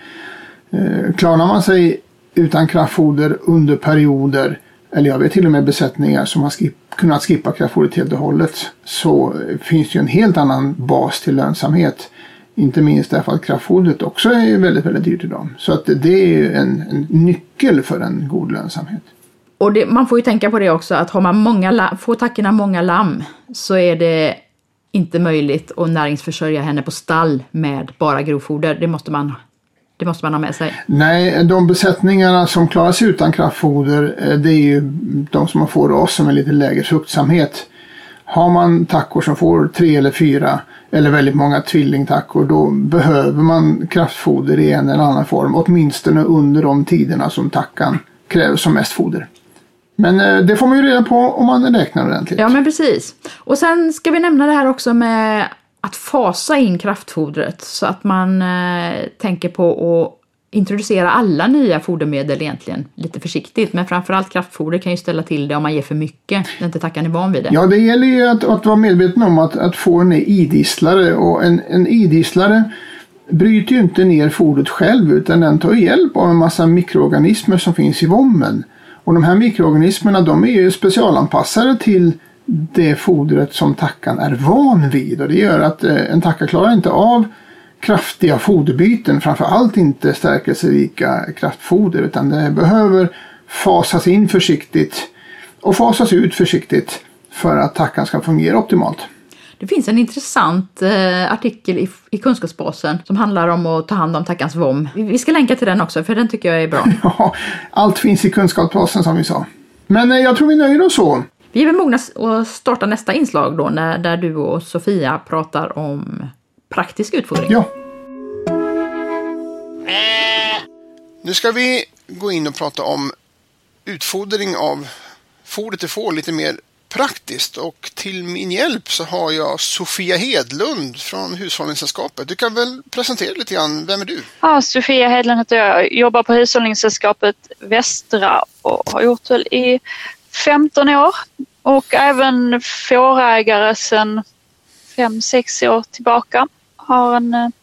klarar man sig utan kraftfoder under perioder, eller jag vet till och med besättningar som har skip, kunnat skippa kraftfodret helt och hållet, så finns det ju en helt annan bas till lönsamhet. Inte minst därför att kraftfodret också är väldigt, väldigt dyrt idag. Så att det är ju en, en nyckel för en god lönsamhet. Och det, man får ju tänka på det också, att har man många lamm, får tackorna många lamm, så är det inte möjligt att näringsförsörja henne på stall med bara grovfoder. Det måste man Det måste man ha med sig. Nej, de besättningarna som klarar sig utan kraftfoder, det är ju de som får oss som är lite lägre fruktsamhet. Har man tackor som får tre eller fyra eller väldigt många tvillingtackor, då behöver man kraftfoder i en eller annan form, åtminstone under de tiderna som tackan kräver som mest foder. Men det får man ju reda på om man räknar ordentligt. Ja, men precis. Och sen ska vi nämna det här också med att fasa in kraftfodret, så att man eh, tänker på att introducera alla nya fodermedel egentligen lite försiktigt. Men framförallt kraftfoder kan ju ställa till det om man ger för mycket när inte tackan är van vid det. Ja, det gäller ju att, att vara medveten om att, att få en idisslare. Och en, en idisslare bryter ju inte ner fodret själv, utan den tar hjälp av en massa mikroorganismer som finns i vommen. Och de här mikroorganismerna, de är ju specialanpassade till det fodret som tackan är van vid, och det gör att en tacka klarar inte av kraftiga foderbyten, framförallt inte stärkelserika kraftfoder, utan det behöver fasas in försiktigt och fasas ut försiktigt för att tackan ska fungera optimalt. Det finns en intressant eh, artikel i, i kunskapsbasen som handlar om att ta hand om tackans vom. Vi, vi ska länka till den också, för den tycker jag är bra. Ja, allt finns i kunskapsbasen som vi sa. Men eh, jag tror vi nöjer oss så. Vi är väl mogna att starta nästa inslag då, när, där du och Sofia pratar om praktisk utfodring. Ja. Nu ska vi gå in och prata om utfodring av fodret till får lite mer praktiskt, och till min hjälp så har jag Sofia Hedlund från Hushållningssällskapet. Du kan väl presentera lite grann, vem är du? Ja, Sofia Hedlund heter jag. Jag jobbar på Hushållningssällskapet Västra och har gjort väl i femton år, och även fårägare sedan fem sex år tillbaka. Har en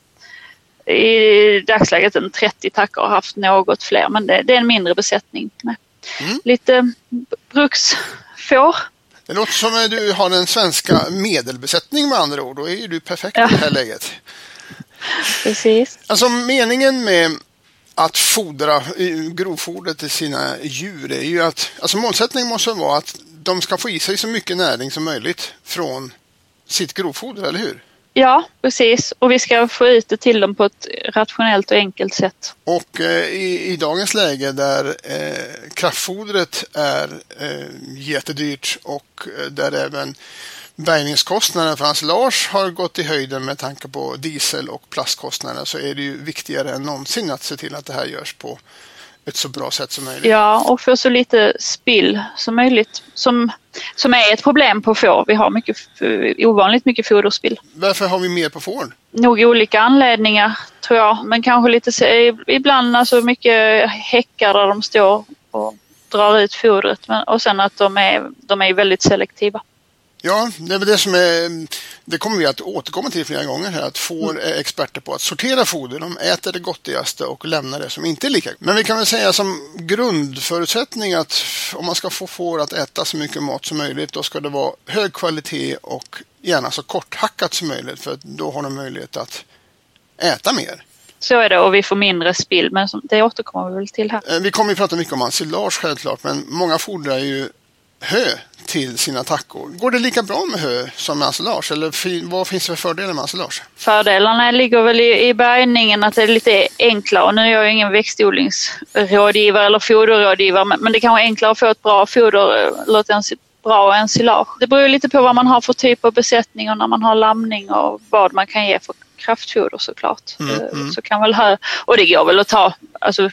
i dagsläget en trettio tackor, har haft något fler, men det, det är en mindre besättning med mm. lite bruksfår. Det låter som att du har den svenska medelbesättning med andra ord. Då är ju du perfekt ja. i det här läget. Precis. Alltså meningen med att fodra grovfodret till sina djur är ju att, alltså målsättningen måste vara att de ska få i sig så mycket näring som möjligt från sitt grovfoder, eller hur? Ja, precis. Och vi ska få ut det till dem på ett rationellt och enkelt sätt. Och eh, i, i dagens läge där eh, kraftfodret är eh, jättedyrt, och eh, där även bärgningskostnaden för ensilage har gått i höjden med tanke på diesel- och plastkostnader, så är det ju viktigare än någonsin att se till att det här görs på ett så bra sätt som möjligt. Ja, och få så lite spill som möjligt, som, som är ett problem på får. Vi har mycket, ovanligt mycket foderspill. Varför har vi mer på får? Nog olika anledningar, tror jag. Men kanske lite, ibland alltså mycket häckar där de står och drar ut fodret. Men, och sen att de är, de är väldigt selektiva. Ja, det är det som är, det kommer vi att återkomma till flera gånger här, att får är experter på att sortera foder. De äter det gottigaste och lämnar det som inte är lika. Men vi kan väl säga som grundförutsättning att om man ska få får att äta så mycket mat som möjligt, då ska det vara hög kvalitet och gärna så korthackat som möjligt, för då har de möjlighet att äta mer. Så är det, och vi får mindre spill, men det återkommer vi väl till här. Vi kommer ju prata mycket om ensilage självklart, men många fodrar ju hö till sina tackor. Går det lika bra med hö som med ensilage? Eller vad finns det för fördelar med ensilage? Fördelarna ligger väl i, i bärgningen, att det är lite enklare. Och nu är jag ju ingen växtodlingsrådgivare eller foderrådgivare, men, men det kan vara enklare att få ett bra foder eller ett bra ensilage. Det beror ju lite på vad man har för typ av besättning och när man har lamning och vad man kan ge för kraftfoder såklart. Mm, mm. Så kan väl hö, och det går väl att ta alltså,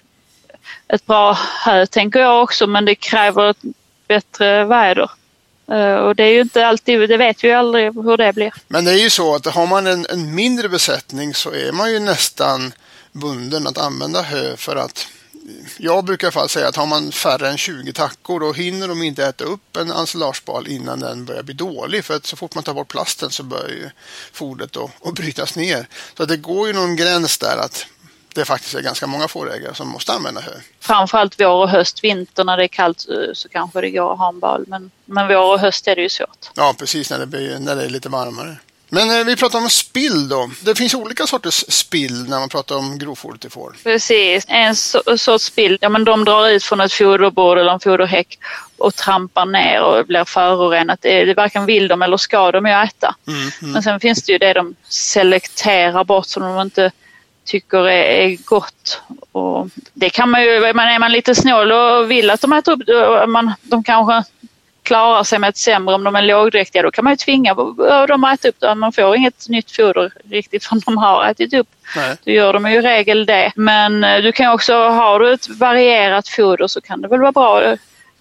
ett bra hö tänker jag också, men det kräver ett bättre väder. Uh, och det är ju inte alltid, det vet vi ju aldrig hur det blir. Men det är ju så att har man en, en mindre besättning så är man ju nästan bunden att använda hö, för att jag brukar i alla fall säga att har man färre än tjugo tackor då hinner de inte äta upp en ensilagebal innan den börjar bli dålig, för att så fort man tar bort plasten så börjar ju fodret då att brytas ner. Så det går ju någon gräns där att det faktiskt är ganska många fårägare som måste använda hö. Framförallt vår och höst, vinter när det är kallt så kanske det går att ha en bal. Men, men vår och höst är det ju svårt. Ja, precis, när det, blir, när det är lite varmare. Men eh, vi pratar om spill då. Det finns olika sorters spill när man pratar om grovfoder till får. Precis, en so- sorts spill. Ja, men de drar ut från ett foderbord eller en foderhäck och trampar ner och blir förorenat. Det, det varken vill de eller ska de ju äta. Mm, mm. Men sen finns det ju det de selekterar bort som de inte tycker är gott, och det kan man ju, man är man lite snål och vill att de äter upp, man, de kanske klarar sig med ett sämre om de är lågdräktiga, då kan man ju tvinga dem att äta upp det. Man får inget nytt foder riktigt från de har ätit upp. Nej. Då gör de ju i regel det. Men du kan också, har du ett varierat foder så kan det väl vara bra,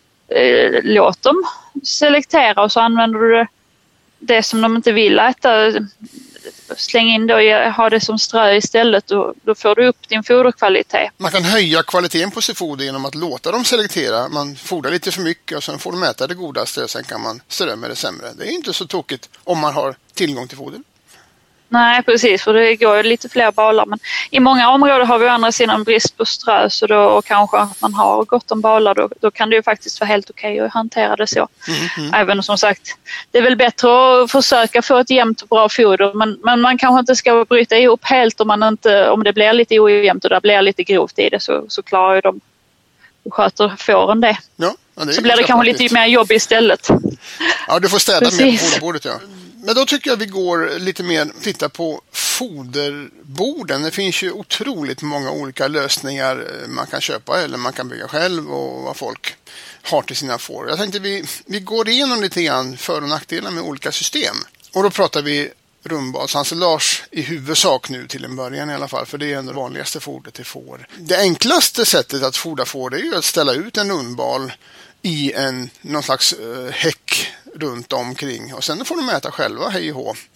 låt dem selektera och så använder du det, det som de inte vill äta. Släng in det och ha det som strö istället, och då får du upp din foderkvalitet. Man kan höja kvaliteten på sitt foder genom att låta dem selektera. Man fodrar lite för mycket och sen får de äta det godaste och sen kan man strö med det sämre. Det är inte så tokigt om man har tillgång till foder. Nej, precis, för det går ju lite fler balar. Men i många områden har vi å andra sidan brist på strö, så då, och kanske man har gott om balar, då, då kan det ju faktiskt vara helt okej att hantera det så. Mm, mm. Även som sagt, det är väl bättre att försöka få ett jämnt och bra foder, men, men man kanske inte ska bryta ihop helt om, man inte, om det blir lite ojämnt och det blir lite grovt i det, så, så klarar ju de och sköter fåren det. Ja, det så blir det kanske faktiskt lite mer jobb istället. Ja, du får städa med på foderbordet, ja. Men då tycker jag vi går lite mer titta på foderborden. Det finns ju otroligt många olika lösningar man kan köpa eller man kan bygga själv och vad folk har till sina får. Jag tänkte vi, vi går igenom lite grann för- och nackdelar med olika system. Och då pratar vi rundbalsensilage i huvudsak nu till en början i alla fall, för det är det vanligaste fodret till får. Det enklaste sättet att fodra får det är ju att ställa ut en rundbal i en, någon slags uh, häck runt omkring. Och sen får de äta själva, hej och hå.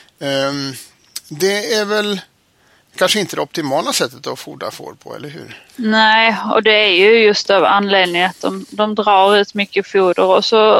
Um, det är väl kanske inte det optimala sättet att fodra får på, eller hur? Nej, och det är ju just av anledningen att de, de drar ut mycket foder och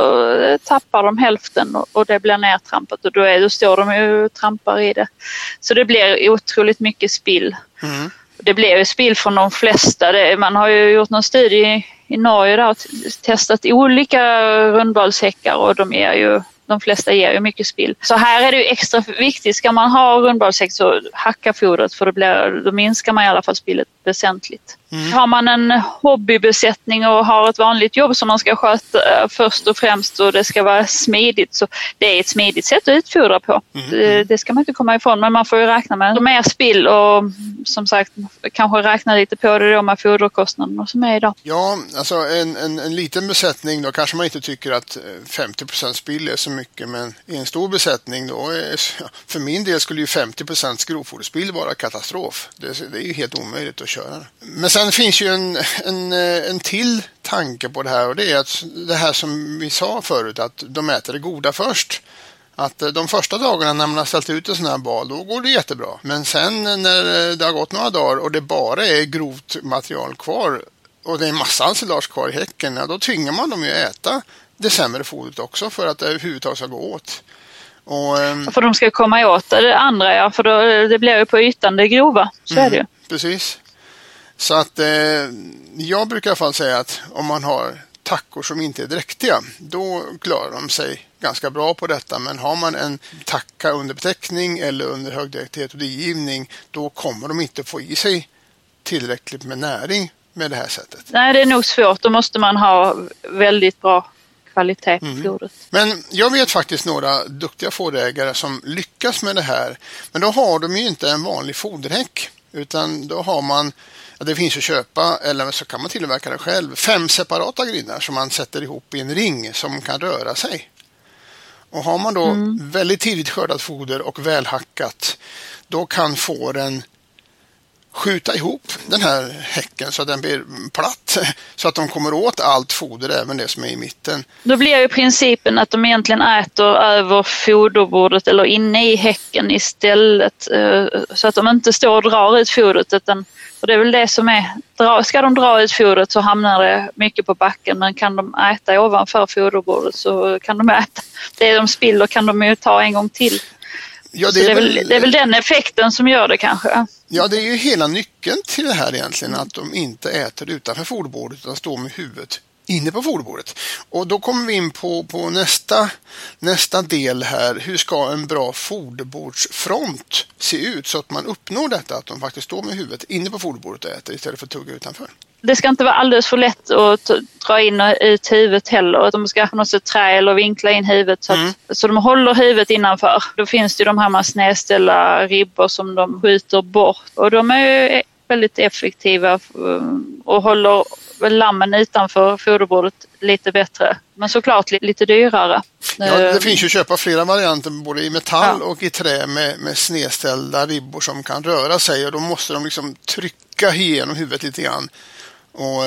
så tappar de hälften och, och det blir nertrampat och då, är, då står de ju och trampar i det. Så det blir otroligt mycket spill. Mm. Det blir ju spill från de flesta. Det, man har ju gjort någon studie i, i Norge där och testat olika rundbalshäckar och de ger ju De flesta ger ju mycket spill. Så här är det ju extra viktigt. Ska man ha rundbalshäck så hacka fodret för det blir, då minskar man i alla fall spillet väsentligt. Mm. Har man en hobbybesättning och har ett vanligt jobb som man ska sköta först och främst och det ska vara smidigt så det är ett smidigt sätt att utfodra på. Mm. Det, det ska man inte komma ifrån men man får ju räkna med mer spill och som sagt kanske räkna lite på det då med foderkostnaderna som är idag. Ja, alltså en, en, en liten besättning då kanske man inte tycker att femtio procent spill är så mycket men i en stor besättning då är, för min del skulle ju femtio procent grovfoderspill vara katastrof. Det, det är ju helt omöjligt att köra. Men sen finns ju en, en, en till tanke på det här och det är att det här som vi sa förut att de äter det goda först. Att de första dagarna när man har ställt ut en sån här bal då går det jättebra. Men sen när det har gått några dagar och det bara är grovt material kvar och det är en massa ensilage kvar i häcken, ja, då tvingar man dem ju att äta det sämre fodret också för att det överhuvudtaget ska gå åt. Och, um, för de ska komma åt det andra, ja, för då, det blir ju på ytan det grova, så mm, är det ju. Precis. Så att eh, jag brukar i alla fall säga att om man har tackor som inte är dräktiga, då klarar de sig ganska bra på detta. Men har man en tacka under betäckning eller under högdräktighet och digivning, då kommer de inte få i sig tillräckligt med näring med det här sättet. Nej, det är nog svårt. Då måste man ha väldigt bra kvalitet på fodret. Mm. Men jag vet faktiskt några duktiga fårägare som lyckas med det här. Men då har de ju inte en vanlig foderhäck, utan då har man, ja, det finns att köpa eller så kan man tillverka det själv, fem separata grindar som man sätter ihop i en ring som kan röra sig. Och har man då mm. väldigt tidigt skördat foder och välhackat, då kan fåren skjuta ihop den här häcken så att den blir platt så att de kommer åt allt foder, även det som är i mitten. Då blir ju principen att de egentligen äter över foderbordet eller inne i häcken istället så att de inte står och drar ut fodret utan, och det är väl det som är, ska de dra ut fodret så hamnar det mycket på backen, men kan de äta ovanför foderbordet så kan de äta. Det de spiller kan de ju ta en gång till. Ja, det, är det, är väl, väl, det är väl den effekten som gör det kanske. Ja, det är ju hela nyckeln till det här egentligen, att de inte äter utanför foderbordet utan står med huvudet inne på foderbordet. Och då kommer vi in på, på nästa, nästa del här. Hur ska en bra foderbordsfront se ut så att man uppnår detta, att de faktiskt står med huvudet inne på foderbordet och äter istället för att tugga utanför? Det ska inte vara alldeles för lätt att dra in och ut huvudet heller. Att de ska på något sätt trä eller vinkla in huvudet så, att, mm. så de håller huvudet innanför. Då finns det ju de här med snedställda ribbor som de skjuter bort. Och de är ju väldigt effektiva och håller lammen utanför foderbordet lite bättre. Men såklart lite, lite dyrare. Ja, det finns ju att köpa flera varianter både i metall ja. och i trä med, med snedställda ribbor som kan röra sig. Och då måste de liksom trycka igenom huvudet lite grann. Och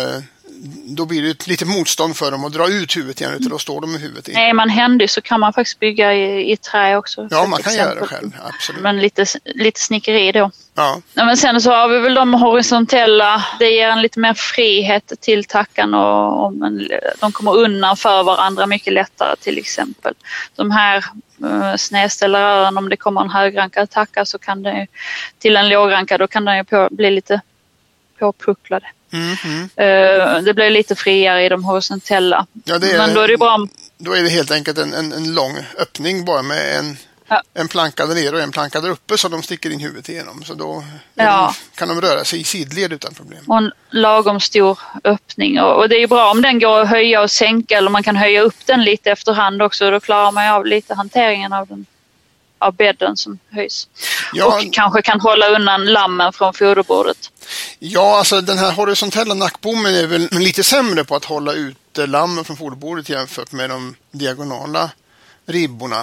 då blir det lite motstånd för dem att dra ut huvudet igen, utan då står de med huvudet i. Nej, man händig så kan man faktiskt bygga i, i trä också. Ja, man kan exempel. göra det själv, absolut. Men lite, lite snickeri då. Ja. Ja, men sen så har vi väl de horisontella, det ger en lite mer frihet till tackan och, och men, de kommer undan för varandra mycket lättare till exempel. De här uh, snedställda rören, om det kommer en högrankad tacka så kan det till en lågrankad, då kan den ju på, bli lite påpucklade. Mm-hmm. Uh, det blir lite friare i de horisontella. Ja, det är, men då är det bra om... Då är det helt enkelt en, en, en lång öppning bara med en, ja. en planka där nere och en planka där uppe så de sticker in huvudet igenom. Så då ja. de, kan de röra sig i sidled utan problem. Och en lagom stor öppning. Och, och det är ju bra om den går att höja och sänka, eller man kan höja upp den lite efterhand också. Då klarar man ju av lite hanteringen av den. Av bädden som höjs. Ja, och kanske kan hålla undan lammen från foderbordet. Ja, alltså den här horisontella nackbommen är väl lite sämre på att hålla ut lammen från foderbordet jämfört med de diagonala ribborna.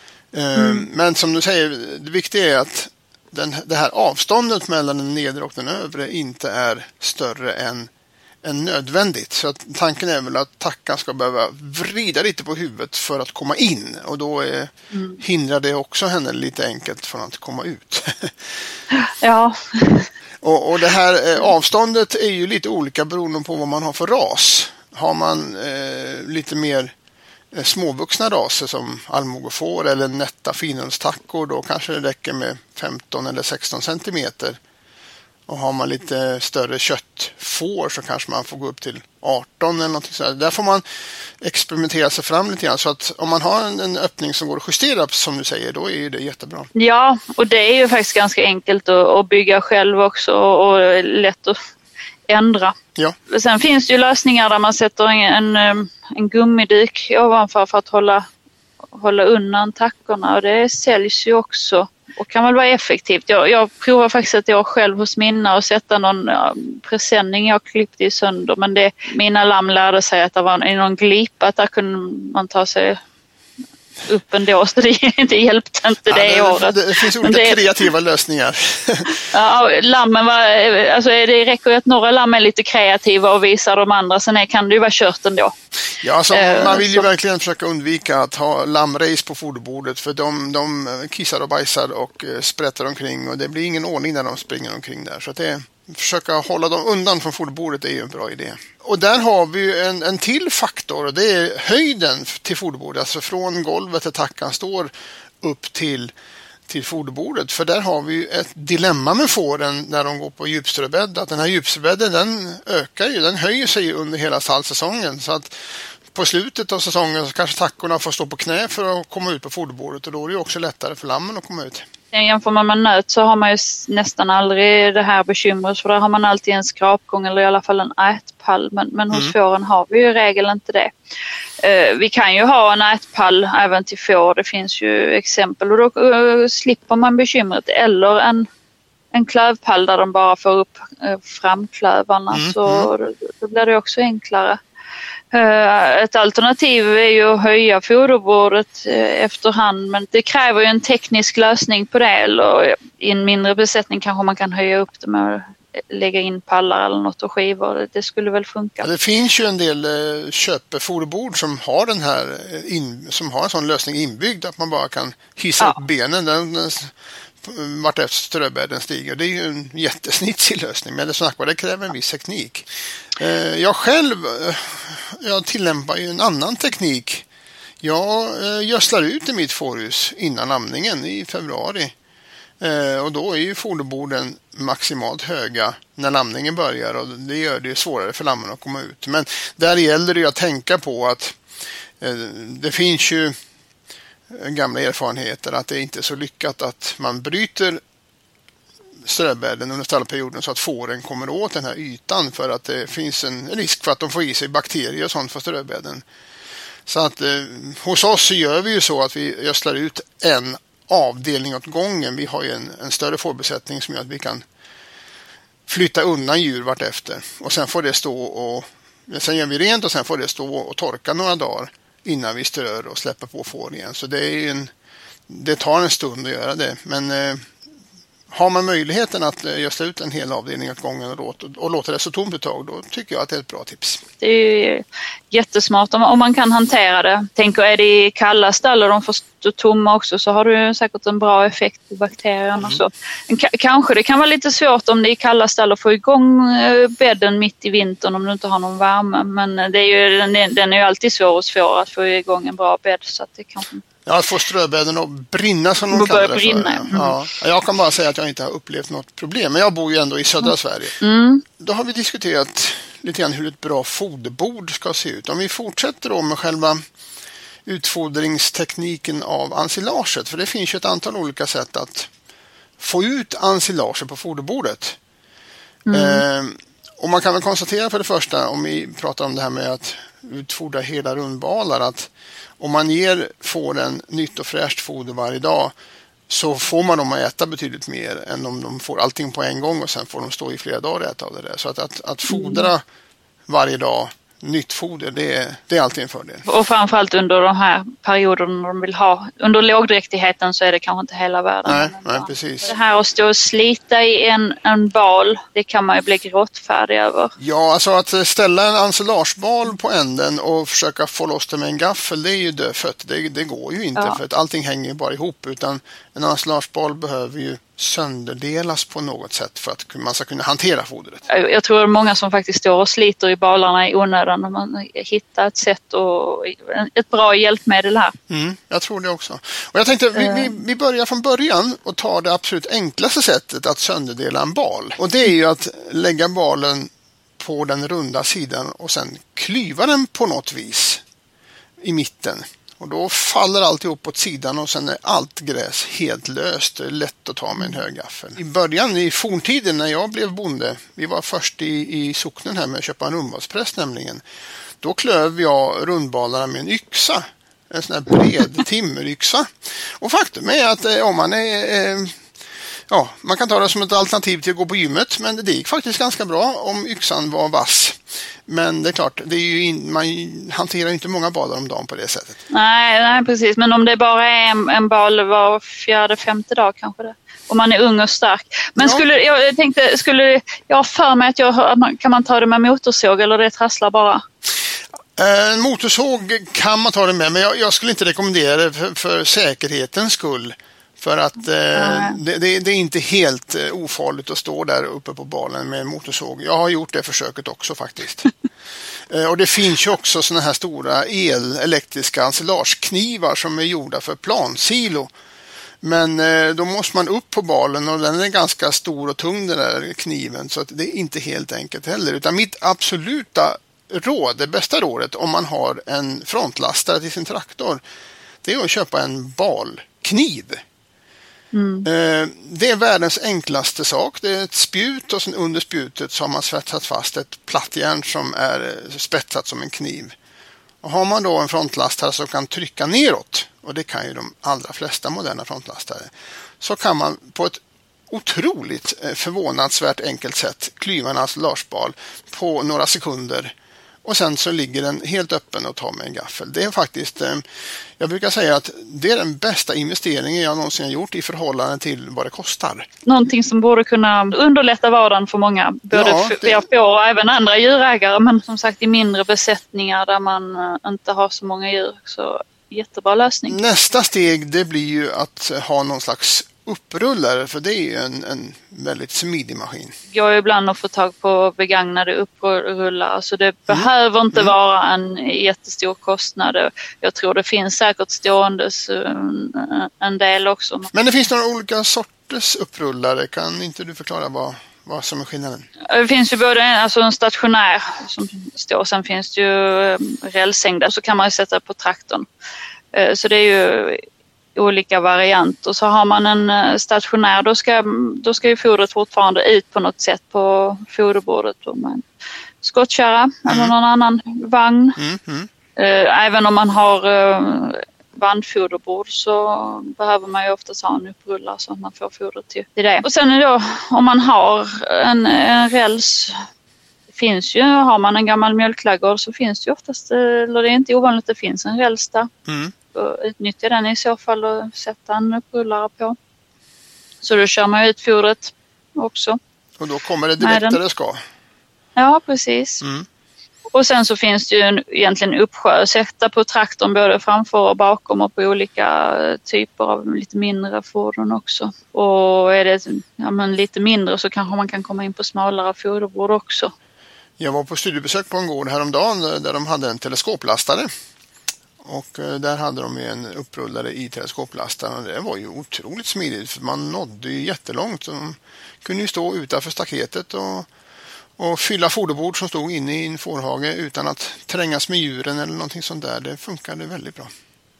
Mm. Men som du säger, det viktiga är att den, det här avståndet mellan den nedre och den övre inte är större än än nödvändigt. Så att tanken är väl att tackan ska behöva vrida lite på huvudet för att komma in. Och då är, mm. hindrar det också henne lite enkelt från att komma ut. Ja. och, och det här eh, avståndet är ju lite olika beroende på vad man har för ras. Har man eh, lite mer eh, småvuxna raser som allmogefår eller nätta finundstackor, då kanske det räcker med femton eller sexton centimeter. Och har man lite större köttfår så kanske man får gå upp till arton eller något sådär. Där får man experimentera sig fram lite grann. Så att om man har en, en öppning som går att justera, som du säger, då är ju det jättebra. Ja, och det är ju faktiskt ganska enkelt att, att bygga själv också och lätt att ändra. Ja. Sen finns det ju lösningar där man sätter en, en, en gummidyk ovanför för att hålla, hålla undan tackorna. Och det säljs ju också. Och kan väl vara effektivt. Jag, jag provar faktiskt att jag själv hos mina och sätta någon ja, presenning jag klippte i sönder. Men det, mina lamm lärde sig att det var någon glipa, att där kunde man ta sig upp ändå. Så det, det hjälpte inte ja, det, det året. Det, det finns olika det, kreativa lösningar. Ja, lammen var, alltså det räcker ju att några lamm är lite kreativa och visar de andra. Sen är, kan det ju vara kört ändå. Ja, alltså, man vill ju så verkligen försöka undvika att ha lammrace på foderbordet, för de, de kissar och bajsar och sprättar omkring och det blir ingen ordning när de springer omkring där. Så att det, försöka hålla dem undan från foderbordet är ju en bra idé. Och där har vi ju en, en till faktor, och det är höjden till foderbordet. Alltså från golvet där tackan står upp till, till foderbordet. För där har vi ju ett dilemma med fåren när de går på djupströbädd. Att den här djupströbädden, den ökar ju, den höjer sig under hela stallsäsongen. Så att på slutet av säsongen så kanske tackorna får stå på knä för att komma ut på foderbordet. Och då är det ju också lättare för lammen att komma ut. Jämför man med nöt så har man ju nästan aldrig det här bekymret, för där har man alltid en skrapgång eller i alla fall en ätpall, men, men hos mm. fåren har vi ju i regel inte det. Uh, vi kan ju ha en ätpall även till får, det finns ju exempel, och då uh, slipper man bekymret, eller en, en klövpall där de bara får upp uh, framklövarna, mm. så då, då blir det också enklare. Ett alternativ är ju att höja foderbordet efterhand, men det kräver ju en teknisk lösning på det, eller i en mindre besättning kanske man kan höja upp det med att lägga in pallar eller något och skivor. Det skulle väl funka. Ja, det finns ju en del köpefoderbord som har den här in, som har en sån lösning inbyggd att man bara kan hissa ja. upp benen den, den, vart efter ströbädden stiger. Det är ju en jättesnitsig lösning, men det snackar det kräver en viss teknik. Jag själv jag tillämpar ju en annan teknik. Jag gödslar ut i mitt fårhus innan lamningen i februari. Och då är ju foderborden maximalt höga när lamningen börjar, och det gör det svårare för lammen att komma ut. Men där gäller det ju att tänka på att det finns ju gamla erfarenheter att det inte är så lyckat att man bryter ströbädden under stallperioden så att fåren kommer åt den här ytan, för att det finns en risk för att de får i sig bakterier och sånt för ströbädden. Så att eh, hos oss så gör vi ju så att vi gödslar ut en avdelning åt gången. Vi har ju en, en större fårbesättning som gör att vi kan flytta undan djur vart efter, och sen får det stå och sen gör vi rent och sen får det stå och torka några dagar innan vi strör och släpper på får igen. Så det är en, det tar en stund att göra det, men eh, har man möjligheten att gödsla ut en hel avdelning åt gången och låta, och låta det så tomt ett tag, då tycker jag att det är ett bra tips. Det är jättesmart om man kan hantera det. Tänker, är det i kalla stall och de får stå tomma också, så har du säkert en bra effekt på bakterierna. Mm. Så. K- kanske det kan vara lite svårt om det är i kalla stall att få igång bädden mitt i vintern om du inte har någon värme. Men det är ju, den, den är ju alltid svår och svår att få igång en bra bädd, så att det kanske... Ja, att få ströbädden att brinna som de kallar det för. Mm. Ja, jag kan bara säga att jag inte har upplevt något problem. Men jag bor ju ändå i södra mm. Sverige. Mm. Då har vi diskuterat lite grann hur ett bra foderbord ska se ut. Om vi fortsätter då med själva utfodringstekniken av ensilaget. För det finns ju ett antal olika sätt att få ut ensilaget på foderbordet. Mm. Eh, och man kan väl konstatera för det första, om vi pratar om det här med att utfodra hela rundbalar, att om man ger fåren nytt och fräscht foder varje dag, så får man dem att äta betydligt mer än om de får allting på en gång och sen får de stå i flera dagar och äta av det där. Så att, att, att fodra varje dag, nytt foder, det är, det är alltid en fördel. Och framförallt under de här perioderna de vill ha. Under lågdräktigheten så är det kanske inte hela världen. Nej, nej, precis. Det här att stå och slita i en, en bal, det kan man ju bli gråtfärdig över. Ja, alltså att ställa en ensilagebal på änden och försöka få loss det med en gaffel, det är ju dödfött. Det, det går ju inte, ja. För att allting hänger ju bara ihop, utan en ensilagebal behöver ju sönderdelas på något sätt för att man ska kunna hantera fodret. Jag tror det är många som faktiskt står och sliter i balarna i onödan, om man hittar ett sätt och ett bra hjälpmedel här. Mm, jag tror det också. Och jag tänkte, vi, vi, vi börjar från början och tar det absolut enklaste sättet att sönderdela en bal. Och det är ju att lägga balen på den runda sidan och sen klyva den på något vis i mitten. Och då faller alltihop åt sidan och sen är allt gräs helt löst. Det är lätt att ta med en hög gaffel. I början, i forntiden när jag blev bonde, vi var först i, i socknen här med att köpa en rundbalspress nämligen. Då klöv jag rundbalarna med en yxa. En sån här bred timmeryxa. Och faktum är att eh, om man är... Eh, ja, man kan ta det som ett alternativ till att gå på gymmet, men det gick faktiskt ganska bra om yxan var vass. Men det är klart, det är ju in, man hanterar ju inte många balar om dagen på det sättet. Nej, nej precis. Men om det bara är en, en bal var fjärde, femte dag kanske det. Om man är ung och stark. Men ja. skulle, jag tänkte, skulle jag har för mig att jag, kan man ta det med motorsåg eller det trasslar bara? En motorsåg kan man ta det med, men jag, jag skulle inte rekommendera det för, för säkerhetens skull. För att eh, det, det, det är inte helt eh, ofarligt att stå där uppe på balen med en motorsåg. Jag har gjort det försöket också faktiskt. eh, och det finns ju också såna här stora el-elektriska ensilageknivar som är gjorda för plansilo. Men eh, då måste man upp på balen och den är ganska stor och tung den där kniven, så att det är inte helt enkelt heller. Utan mitt absoluta råd, det bästa rådet om man har en frontlastare till sin traktor, det är att köpa en balkniv. Mm. Det är världens enklaste sak. Det är ett spjut och sen under spjutet så har man svetsat fast ett plattjärn som är spetsat som en kniv. Och har man då en frontlastare som kan trycka neråt, och det kan ju de allra flesta moderna frontlastare, så kan man på ett otroligt förvånansvärt enkelt sätt klyva en ensilagebal på några sekunder. Och sen så ligger den helt öppen och tar med en gaffel. Det är faktiskt, jag brukar säga att det är den bästa investeringen jag någonsin har gjort i förhållande till vad det kostar. Någonting som borde kunna underlätta vardagen för många, både ja, det... för får och även andra djurägare. Men som sagt i mindre besättningar där man inte har så många djur, så jättebra lösning. Nästa steg det blir ju att ha någon slags upprullare, för det är ju en, en väldigt smidig maskin. Jag är ibland att få tag på begagnade upprullar, så det mm. behöver inte mm. vara en jättestor kostnad. Jag tror det finns säkert ståendes en del också. Men det finns några olika sorters upprullare. Kan inte du förklara vad, vad som är skillnaden? Det finns ju både en, alltså en stationär som står, sen finns det ju rälshängda, så kan man ju sätta på traktorn. Så det är ju olika varianter. Så har man en stationär, då ska, då ska ju fodret fortfarande ut på något sätt på foderbordet med en skottkärra mm. eller någon annan vagn. Mm. Mm. Även om man har vandfoderbord så behöver man ju oftast ha en upprullare så att man får fodret till det. Och sen då, om man har en, en räls, finns ju, har man en gammal mjölklaggård så finns det ju oftast, eller det är inte ovanligt, det finns en räls där. Mm. Och utnyttja den i så fall och sätta en upprullare på. Så då kör man ut fodret också. Och då kommer det direkt där det ska? Ja, precis. Mm. Och sen så finns det ju egentligen uppsjö. Sätta på traktorn både framför och bakom och på olika typer av lite mindre fordon också. Och är det ja, men lite mindre så kanske man kan komma in på smalare foderbord också. Jag var på studiebesök på en gård häromdagen där de hade en teleskoplastare. Och där hade de ju en upprullare i teleskoplastaren och det var ju otroligt smidigt för man nådde ju jättelångt. De kunde ju stå utanför staketet och, och fylla foderbord som stod inne i en fårhage utan att trängas med djuren eller någonting sånt där. Det funkade väldigt bra.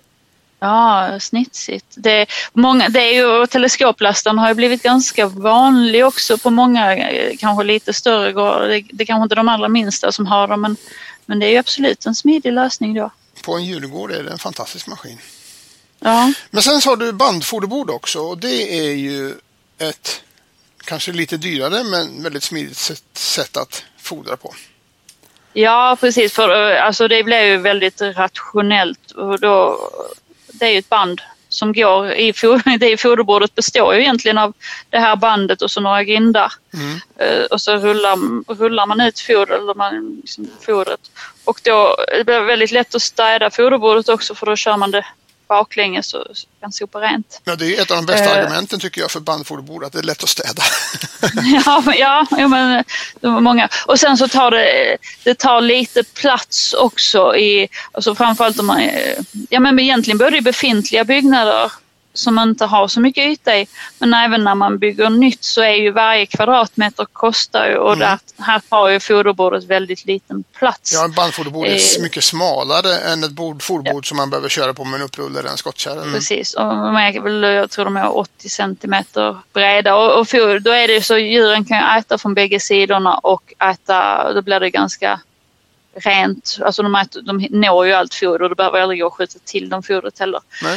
Ja, snitsigt. Det, många, det är ju, teleskoplastaren har ju blivit ganska vanlig också på många, kanske lite större gårdar. Det, det kanske inte de allra minsta som har dem, men, men det är ju absolut en smidig lösning då. På en djurgård är det en fantastisk maskin. Ja. Men sen så har du bandfoderbord också och det är ju ett kanske lite dyrare men väldigt smidigt sätt, sätt att fodra på. Ja, precis. För alltså, det blir ju väldigt rationellt. Och då, det är ju ett band som går i, det i foderbordet består ju egentligen av det här bandet och så några grindar. Mm. Uh, och så rullar, rullar man ut foder, eller man, liksom, fodret. Och då det blir väldigt lätt att städa foderbordet också, för då kör man det baklänges och kan sopa rent. Ja, det är ett av de bästa uh, argumenten tycker jag för bandfoderbord, att det är lätt att städa. ja, ja, ja, men det var många. Och sen så tar det, det tar lite plats också i, alltså framförallt om man, ja men egentligen både i befintliga byggnader som man inte har så mycket yta i, men även när man bygger nytt så är ju varje kvadratmeter kostar ju, och mm. där, här tar ju foderbordet väldigt liten plats. Ja, en bandfoderbord är eh, mycket smalare än ett bord, foderbord ja. som man behöver köra på med en upprullare, en skottkärra. Mm. Precis, och de är väl, jag tror de är åttio centimeter breda, och, och foder, då är det så djuren kan ju äta från bägge sidorna och äta, då blir det ganska rent, alltså de, äter, de når ju allt foder och då behöver aldrig gå och skjuta till dem fodret heller. Nej.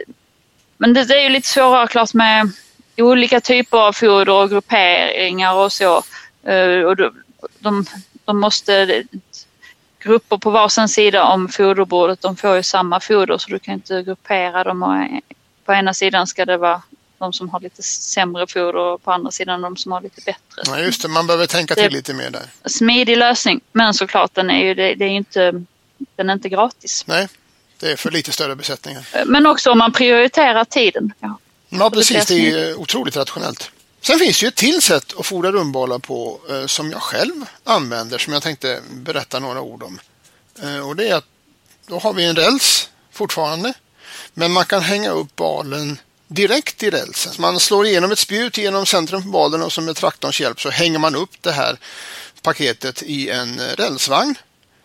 Men det, det är ju lite svårare klart med olika typer av foder och grupperingar och så. Och de, de, de måste, grupper på varsin sida om foderbordet, de får ju samma foder så du kan inte gruppera dem. Och på ena sidan ska det vara de som har lite sämre foder och på andra sidan de som har lite bättre. Ja, just det, man behöver tänka till lite mer där. Smidig lösning, men såklart den är ju det, det är inte, den är inte gratis. Nej. Det är för lite större besättningar. Men också om man prioriterar tiden. Ja, ja precis. Det är otroligt rationellt. Sen finns det ju ett till sätt att fodra rumbalar på eh, som jag själv använder, som jag tänkte berätta några ord om. Eh, och det är att då har vi en räls fortfarande, men man kan hänga upp balen direkt i rälsen. Så man slår igenom ett spjut genom centrum på balen och så med traktorns hjälp så hänger man upp det här paketet i en rälsvagn.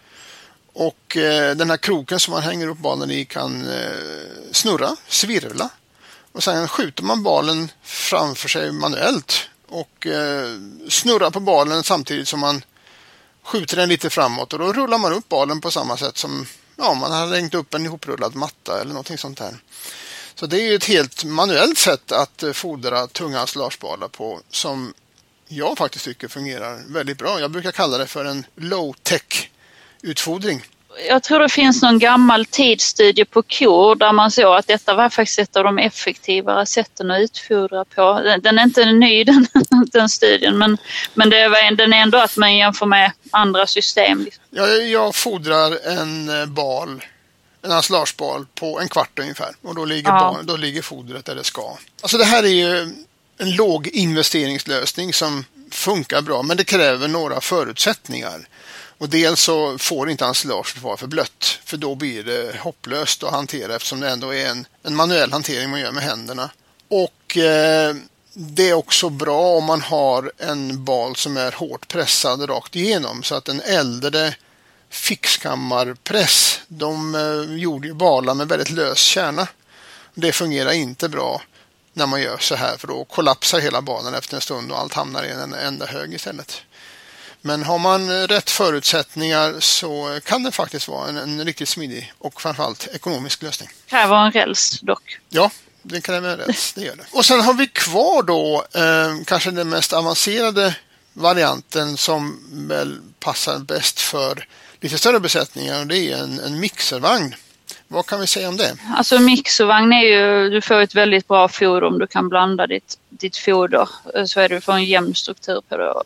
Och eh, den här kroken som man hänger upp balen i kan eh, snurra, svirvla. Och sen skjuter man balen framför sig manuellt och eh, snurrar på balen samtidigt som man skjuter den lite framåt. Och då rullar man upp balen på samma sätt som ja, man hade hängt upp en ihoprullad matta eller någonting sånt här. Så det är ju ett helt manuellt sätt att fodra tunga ensilagebalar på som jag faktiskt tycker fungerar väldigt bra. Jag brukar kalla det för en low-tech utfodring. Jag tror det finns någon gammal tidsstudie på kor där man såg att detta var faktiskt ett av de effektivare sätten att utfodra på. Den är inte ny den, den studien, men, men det är, den är ändå att man jämför med andra system. Jag, jag fodrar en bal, en ensilagebal på en kvart ungefär och då ligger, ja. bal, då ligger fodret där det ska. Alltså det här är ju en låg investeringslösning som funkar bra, men det kräver några förutsättningar. Och dels så får inte ensilaget vara för blött, för då blir det hopplöst att hantera eftersom det ändå är en, en manuell hantering man gör med händerna. Och eh, det är också bra om man har en bal som är hårt pressad rakt igenom, så att en äldre fixkammarpress, de eh, gjorde ju balar med väldigt lös kärna. Det fungerar inte bra när man gör så här, för då kollapsar hela banan efter en stund och allt hamnar i en enda hög istället. Men har man rätt förutsättningar så kan det faktiskt vara en, en riktigt smidig och framförallt ekonomisk lösning. Det kräver en räls dock. Ja, det kräver en räls, det gör det. Och sen har vi kvar då eh, kanske den mest avancerade varianten som väl passar bäst för lite större besättningar, och det är en, en mixervagn. Vad kan vi säga om det? Alltså mixervagn är ju, du får ett väldigt bra foder om du kan blanda ditt, ditt foder, så är du får en jämn struktur på det.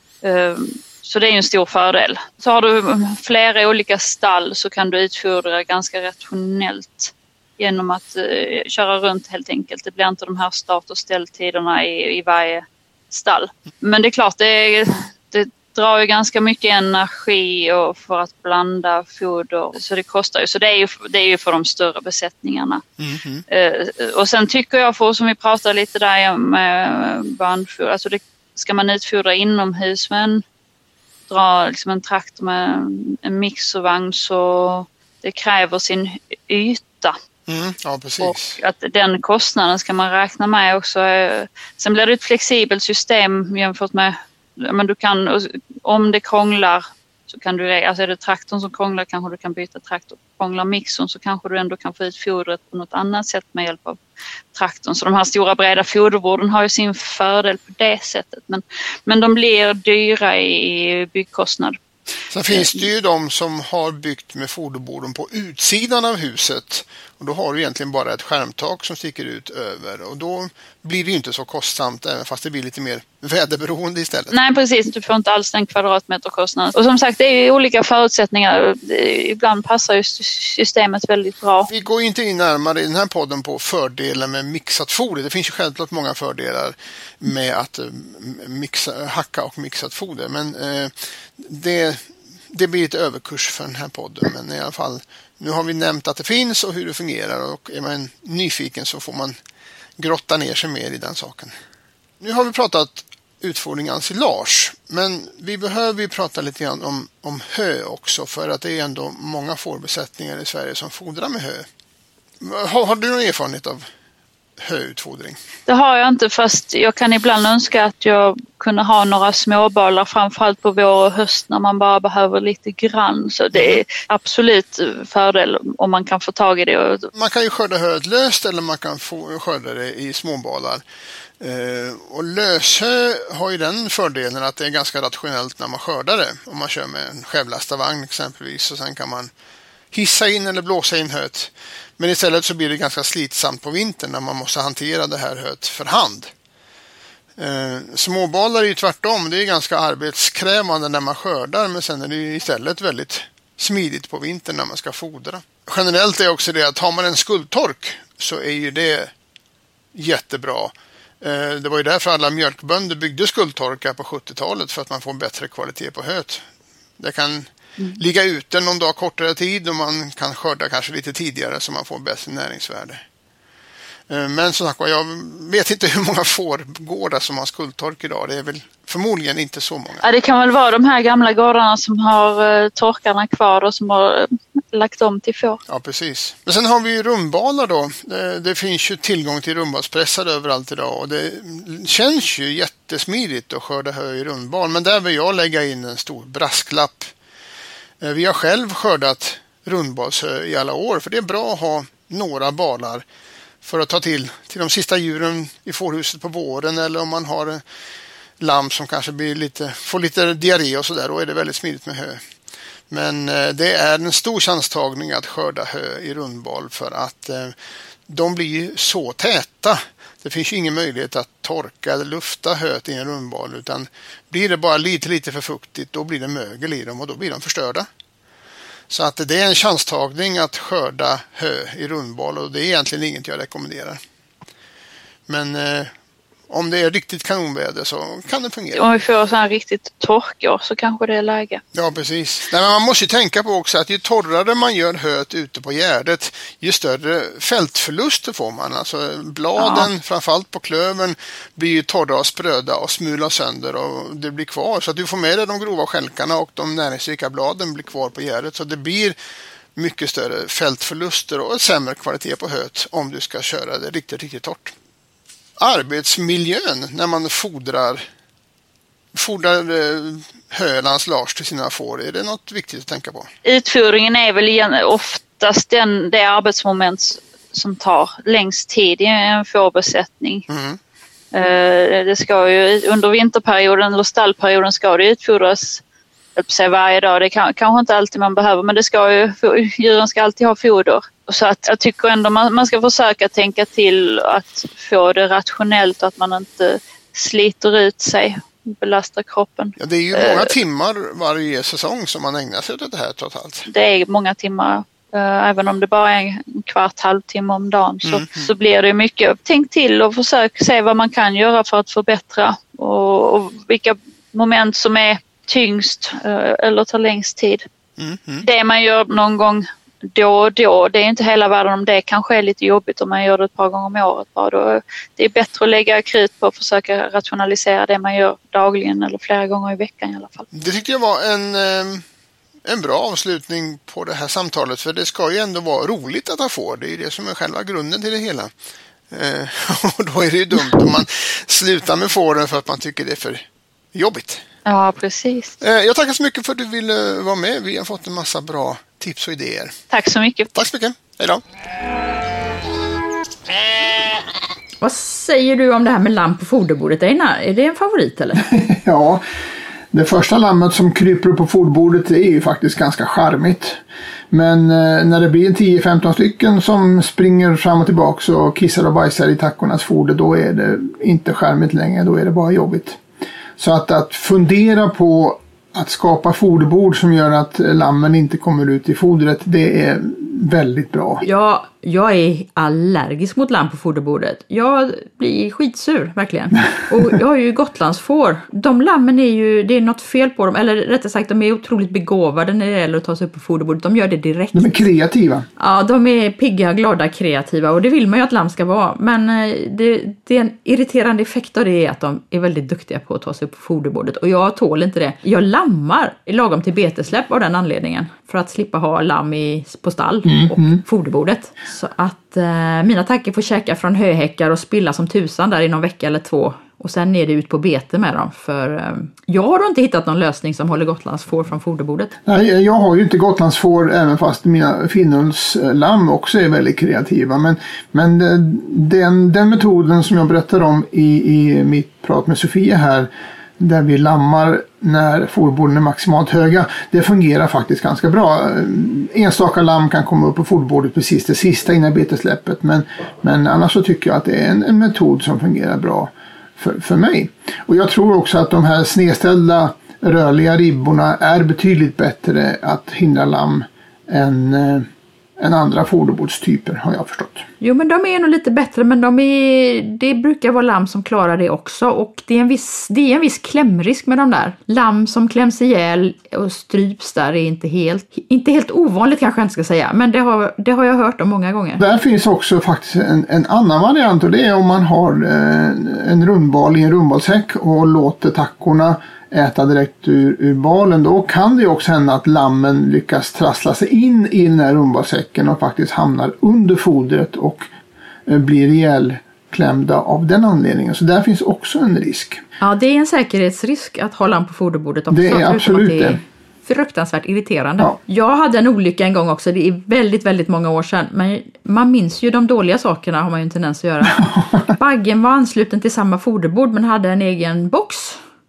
Så det är en stor fördel. Så har du flera olika stall så kan du utfodra ganska rationellt genom att uh, köra runt helt enkelt. Det blir inte de här start- och ställtiderna i, i varje stall. Men det är klart, det, det drar ju ganska mycket energi och för att blanda foder. Så det kostar ju. Så det är ju, det är ju för de större besättningarna. Mm-hmm. Uh, och sen tycker jag, för som vi pratade lite där med bandfoder, alltså det ska man utfodra inomhus med en, dra liksom en traktor med en mixervagn, så det kräver sin yta. Mm, ja, precis. Och att den kostnaden ska man räkna med också. Sen blir det ett flexibelt system jämfört med, men du kan, om det krånglar så kan du, alltså är det traktorn som krånglar kanske du kan byta traktor. Krånglar mixern så kanske du ändå kan få ut fodret på något annat sätt med hjälp av traktorn. Så de här stora breda foderborden har ju sin fördel på det sättet. Men, men de blir dyra i byggkostnad. Sen finns det ju de som har byggt med foderborden på utsidan av huset. Och då har du egentligen bara ett skärmtak som sticker ut över. Och då blir det ju inte så kostsamt, även fast det blir lite mer väderberoende istället. Nej, precis. Du får inte alls den kvadratmeterkostnaden. Och som sagt, det är ju olika förutsättningar. Ibland passar ju systemet väldigt bra. Vi går inte in närmare i den här podden på fördelar med mixat foder. Det finns ju självklart många fördelar med att mixa, hacka och mixat foder. Men eh, det, det blir ett överkurs för den här podden. Men i alla fall, nu har vi nämnt att det finns och hur det fungerar. Och är man nyfiken så får man grotta ner sig mer i den saken. Nu har vi pratat utfodring ensilage, men vi behöver ju prata lite grann om, om hö också, för att det är ändå många fårbesättningar i Sverige som fodrar med hö. Har, har du någon erfarenhet av höutfodring? Det har jag inte, fast jag kan ibland önska att jag kunde ha några småbalar, framförallt på vår och höst när man bara behöver lite grann. Så det är absolut fördel om man kan få tag i det. Man kan ju skörda höet löst eller man kan få skörda det i småbalar. Uh, och löshö har ju den fördelen att det är ganska rationellt när man skördar det. Om man kör med en självlastad vagn exempelvis, och sen kan man hissa in eller blåsa in höet. Men istället så blir det ganska slitsamt på vintern när man måste hantera det här höet för hand. Uh, småbalar är ju tvärtom. Det är ganska arbetskrävande när man skördar, men sen är det ju istället väldigt smidigt på vintern när man ska fodra. Generellt är också det att har man en skuldtork så är ju det jättebra. Det var ju därför alla mjölkbönder byggde skuldtorkar på sjuttiotalet, för att man får bättre kvalitet på höet. Det kan mm. ligga ute någon dag kortare tid och man kan skörda kanske lite tidigare så man får bättre näringsvärde. Men som sagt, jag vet inte hur många fårgårdar som har skuldtork idag. Det är väl förmodligen inte så många. Ja, det kan väl vara de här gamla gårdarna som har uh, torkarna kvar och som har uh, lagt om till får. Ja, precis. Men sen har vi ju rumbalar då. Det, det finns ju tillgång till rumbalspressar överallt idag. Och det känns ju jättesmidigt att skörda hö i rumbal. Men där vill jag lägga in en stor brasklapp. Vi har själv skördat rundbalshö i alla år. För det är bra att ha några balar för att ta till till de sista djuren i fårhuset på våren, eller om man har lamm som kanske blir lite, får lite diarré och sådär, då är det väldigt smidigt med hö. Men eh, det är en stor chanstagning att skörda hö i rundbal, för att eh, de blir så täta. Det finns ju ingen möjlighet att torka eller lufta höet i en rundbal, utan blir det bara lite lite för fuktigt, då blir det mögel i dem och då blir de förstörda. Så att det är en chanstagning att skörda hö i rundbal, och det är egentligen inget jag rekommenderar. Men eh, om det är riktigt kanonväder så kan det fungera. Om vi får så här riktigt torkår så kanske det är läge. Ja, precis. Nej, men man måste ju tänka på också att ju torrare man gör höet ute på gärdet, ju större fältförluster får man. Alltså bladen, ja. Framförallt på klövern, blir ju torra och spröda och smular sönder och det blir kvar. Så att du får med dig de grova skälkarna och de näringsrika bladen blir kvar på gärdet. Så det blir mycket större fältförluster och sämre kvalitet på höet om du ska köra det riktigt, riktigt torrt. Arbetsmiljön när man fodrar fodrar hölandslage till sina får, är det något viktigt att tänka på? Utfodringen är väl igen oftast den, det arbetsmoment som tar längst tid i en fårbesättning. Mm. Det ska ju under vinterperioden eller stallperioden ska det utfodras sig varje dag. Det kan, kanske inte alltid man behöver, men det ska ju, djuren ska alltid ha foder. Så att jag tycker ändå man, man ska försöka tänka till att få det rationellt och att man inte sliter ut sig och belastar kroppen. Ja, det är ju många uh, timmar varje säsong som man ägnar sig åt det här totalt. Det är många timmar. Uh, även om det bara är en kvart, halvtimme om dagen så, mm, mm. så blir det mycket. Tänk till och försök se vad man kan göra för att förbättra och, och vilka moment som är tyngst uh, eller tar längst tid. Mm, mm. Det man gör någon gång då och då, det är inte hela världen om det kanske är lite jobbigt om man gör det ett par gånger om året. Bara då, det är bättre att lägga krut på att försöka rationalisera det man gör dagligen eller flera gånger i veckan i alla fall. Det tyckte jag var en, en bra avslutning på det här samtalet, för det ska ju ändå vara roligt att ha får. Det är ju det som är själva grunden till det hela. Och då är det ju dumt om man slutar med fåren för att man tycker det är för jobbigt. Ja, precis. Jag tackar så mycket för att du ville vara med. Vi har fått en massa bra tips och idéer. Tack så mycket. Tack så mycket. Hej då. Vad säger du om det här med lamm på foderbordet, Einar? Är det en favorit eller? Ja, Det första lammet som kryper upp på foderbordet är ju faktiskt ganska charmigt. Men när det blir en tio femton stycken som springer fram och tillbaka och kissar och bajsar i tackornas foder, då är det inte charmigt längre, då är det bara jobbigt. Så att, att fundera på att skapa foderbord som gör att lammen inte kommer ut i fodret, det är väldigt bra. Ja, jag är allergisk mot lamm på foderbordet. Jag blir skitsur, verkligen. Och jag har ju gotlandsfår. De lammen är ju, det är något fel på dem. Eller rättare sagt, de är otroligt begåvade när det gäller att ta sig upp på foderbordet. De gör det direkt. De är kreativa. Ja, de är pigga, glada, kreativa. Och det vill man ju att lamm ska vara. Men det, det är en irriterande effekt av det är att de är väldigt duktiga på att ta sig upp på foderbordet. Och jag tål inte det. Jag lammar lagom till betesläpp av den anledningen. För att slippa ha lamm i, på stall mm, och mm. foderbordet. Så att eh, mina tackor får käka från höhäckar och spilla som tusan där i någon vecka eller två. Och sen är det ut på bete med dem. För eh, jag har då inte hittat någon lösning som håller Gotlandsfår från foderbordet. Nej, jag har ju inte Gotlandsfår även fast mina Finnulfslamm också är väldigt kreativa. Men, men den, den metoden som jag berättar om i, i mitt prat med Sofia här, där vi lammar när foderborden är maximalt höga, det fungerar faktiskt ganska bra. Enstaka lamm kan komma upp på foderbordet precis det sista innan betesläppet, men, men annars så tycker jag att det är en, en metod som fungerar bra för, för mig. Och jag tror också att de här snedställda rörliga ribborna är betydligt bättre att hindra lamm än än andra foderbordstyper, har jag förstått. Jo, men de är nog lite bättre, men de är, det brukar vara lamm som klarar det också. Och det är en viss, det är en viss klämrisk med de där. Lamm som kläms ihjäl och stryps där är inte helt, inte helt ovanligt kanske jag inte ska säga. Men det har, det har jag hört om många gånger. Där finns också faktiskt en, en annan variant, och det är om man har en, en rundbal i en rundbalshäck och låter tackorna äta direkt ur, ur balen. Då kan det också hända att lammen lyckas trassla sig in i den här rundbalsäcken och faktiskt hamnar under fodret och eh, blir ihjälklämda av den anledningen. Så där finns också en risk. Ja, det är en säkerhetsrisk att ha lamm på foderbordet också. Det är absolut det. det. Fruktansvärt irriterande. Ja. Jag hade en olycka en gång också, det är väldigt, väldigt många år sedan. Men man minns ju de dåliga sakerna, har man ju en tendens att göra. Baggen var ansluten till samma foderbord men hade en egen box.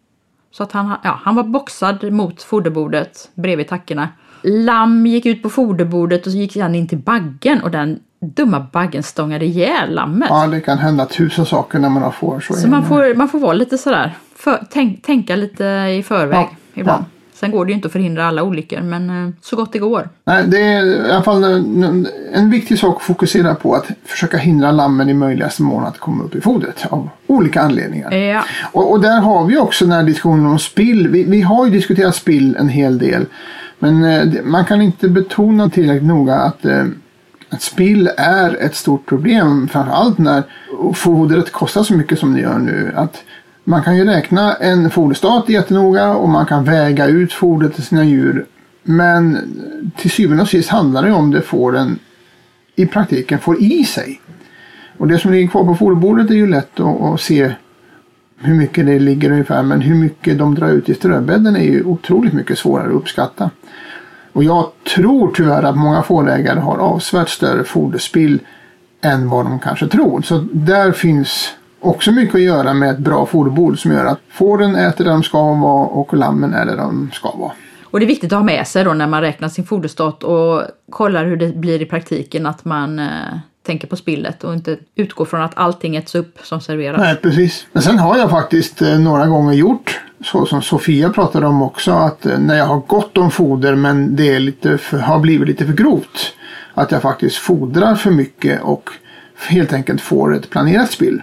Så att han, ja, han var boxad mot foderbordet bredvid tackorna. Lamm gick ut på foderbordet och så gick han in till baggen och den dumma baggen stångade ihjäl lammet. Ja, det kan hända tusen saker när man har får. Så, så man, får, man får vara lite sådär, för, tänk, tänka lite i förväg ja, ibland. Ja. Sen går det ju inte att förhindra alla olyckor, men så gott det går. Nej, det är i alla fall en, en viktig sak att fokusera på, att försöka hindra lammen i möjligaste mån att komma upp i fodret av olika anledningar. Ja. Och, och där har vi också den här diskussionen om spill. Vi, vi har ju diskuterat spill en hel del, men eh, man kan inte betona tillräckligt noga att, eh, att spill är ett stort problem, framförallt när fodret kostar så mycket som det gör nu. Att man kan ju räkna en foderstat jättenoga och man kan väga ut fodret till sina djur. Men till syvende och sist handlar det om det får en, i praktiken får i sig. Och det som ligger kvar på foderbordet är ju lätt att, att se hur mycket det ligger ungefär. Men hur mycket de drar ut i ströbädden är ju otroligt mycket svårare att uppskatta. Och jag tror tyvärr att många fårägare har avsevärt större foderspill än vad de kanske tror. Så där finns också mycket att göra med ett bra foderbord som gör att fåren äter där de ska vara och lammen är där de ska vara. Och det är viktigt att ha med sig då när man räknar sin foderstat och kollar hur det blir i praktiken, att man eh, tänker på spillet och inte utgår från att allting äts upp som serveras. Nej, precis. Men sen har jag faktiskt eh, några gånger gjort så som Sofia pratade om också, att eh, när jag har gott om foder men det är lite för, har blivit lite för grovt, att jag faktiskt fodrar för mycket och helt enkelt får ett planerat spill.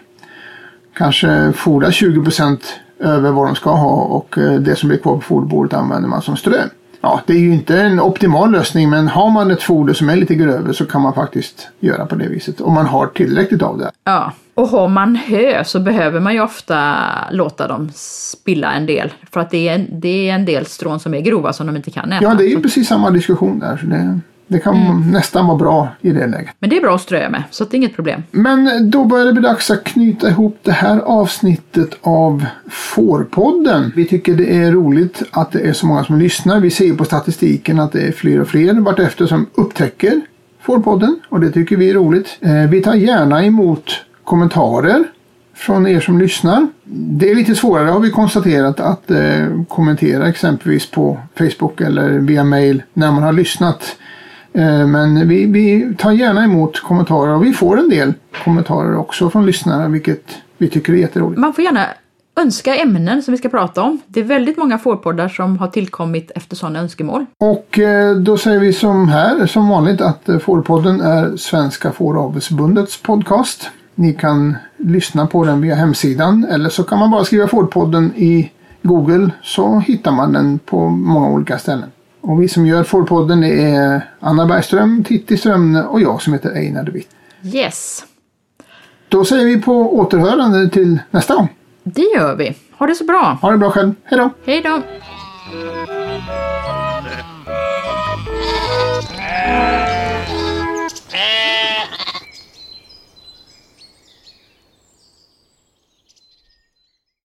Kanske fodrar tjugo procent över vad de ska ha och det som blir kvar på foderbordet använder man som strö. Ja, det är ju inte en optimal lösning, men har man ett foder som är lite grövre så kan man faktiskt göra på det viset om man har tillräckligt av det. Ja, och har man hö så behöver man ju ofta låta dem spilla en del, för att det är en, det är en del strån som är grova som de inte kan äta. Ja, det är ju precis samma diskussion där, så det... Det kan mm. nästan vara bra i det läget. Men det är bra att strö med, så det är inget problem. Men då börjar det bli dags att knyta ihop det här avsnittet av Fårpodden. Vi tycker det är roligt att det är så många som lyssnar. Vi ser på statistiken att det är fler och fler vartefter som upptäcker Fårpodden. Och det tycker vi är roligt. Vi tar gärna emot kommentarer från er som lyssnar. Det är lite svårare har vi konstaterat att eh, kommentera exempelvis på Facebook eller via mail när man har lyssnat. Eh, men vi, vi tar gärna emot kommentarer och vi får en del kommentarer också från lyssnare, vilket vi tycker är jätteroligt. Man får gärna önska ämnen som vi ska prata om. Det är väldigt många fårpoddar som har tillkommit efter sådana önskemål. Och eh, då säger vi som här, som vanligt, att eh, Fårpodden är Svenska Fåravelsförbundets podcast. Ni kan lyssna på den via hemsidan eller så kan man bara skriva Fårpodden i Google så hittar man den på många olika ställen. Och vi som gör Fårpodden är Anna Bergström, Titti Strömne och jag som heter Einar de Witt. Yes. Då säger vi på återhörande till nästa gång. Det gör vi. Ha det så bra. Ha det bra själv. Hej då. Hej då.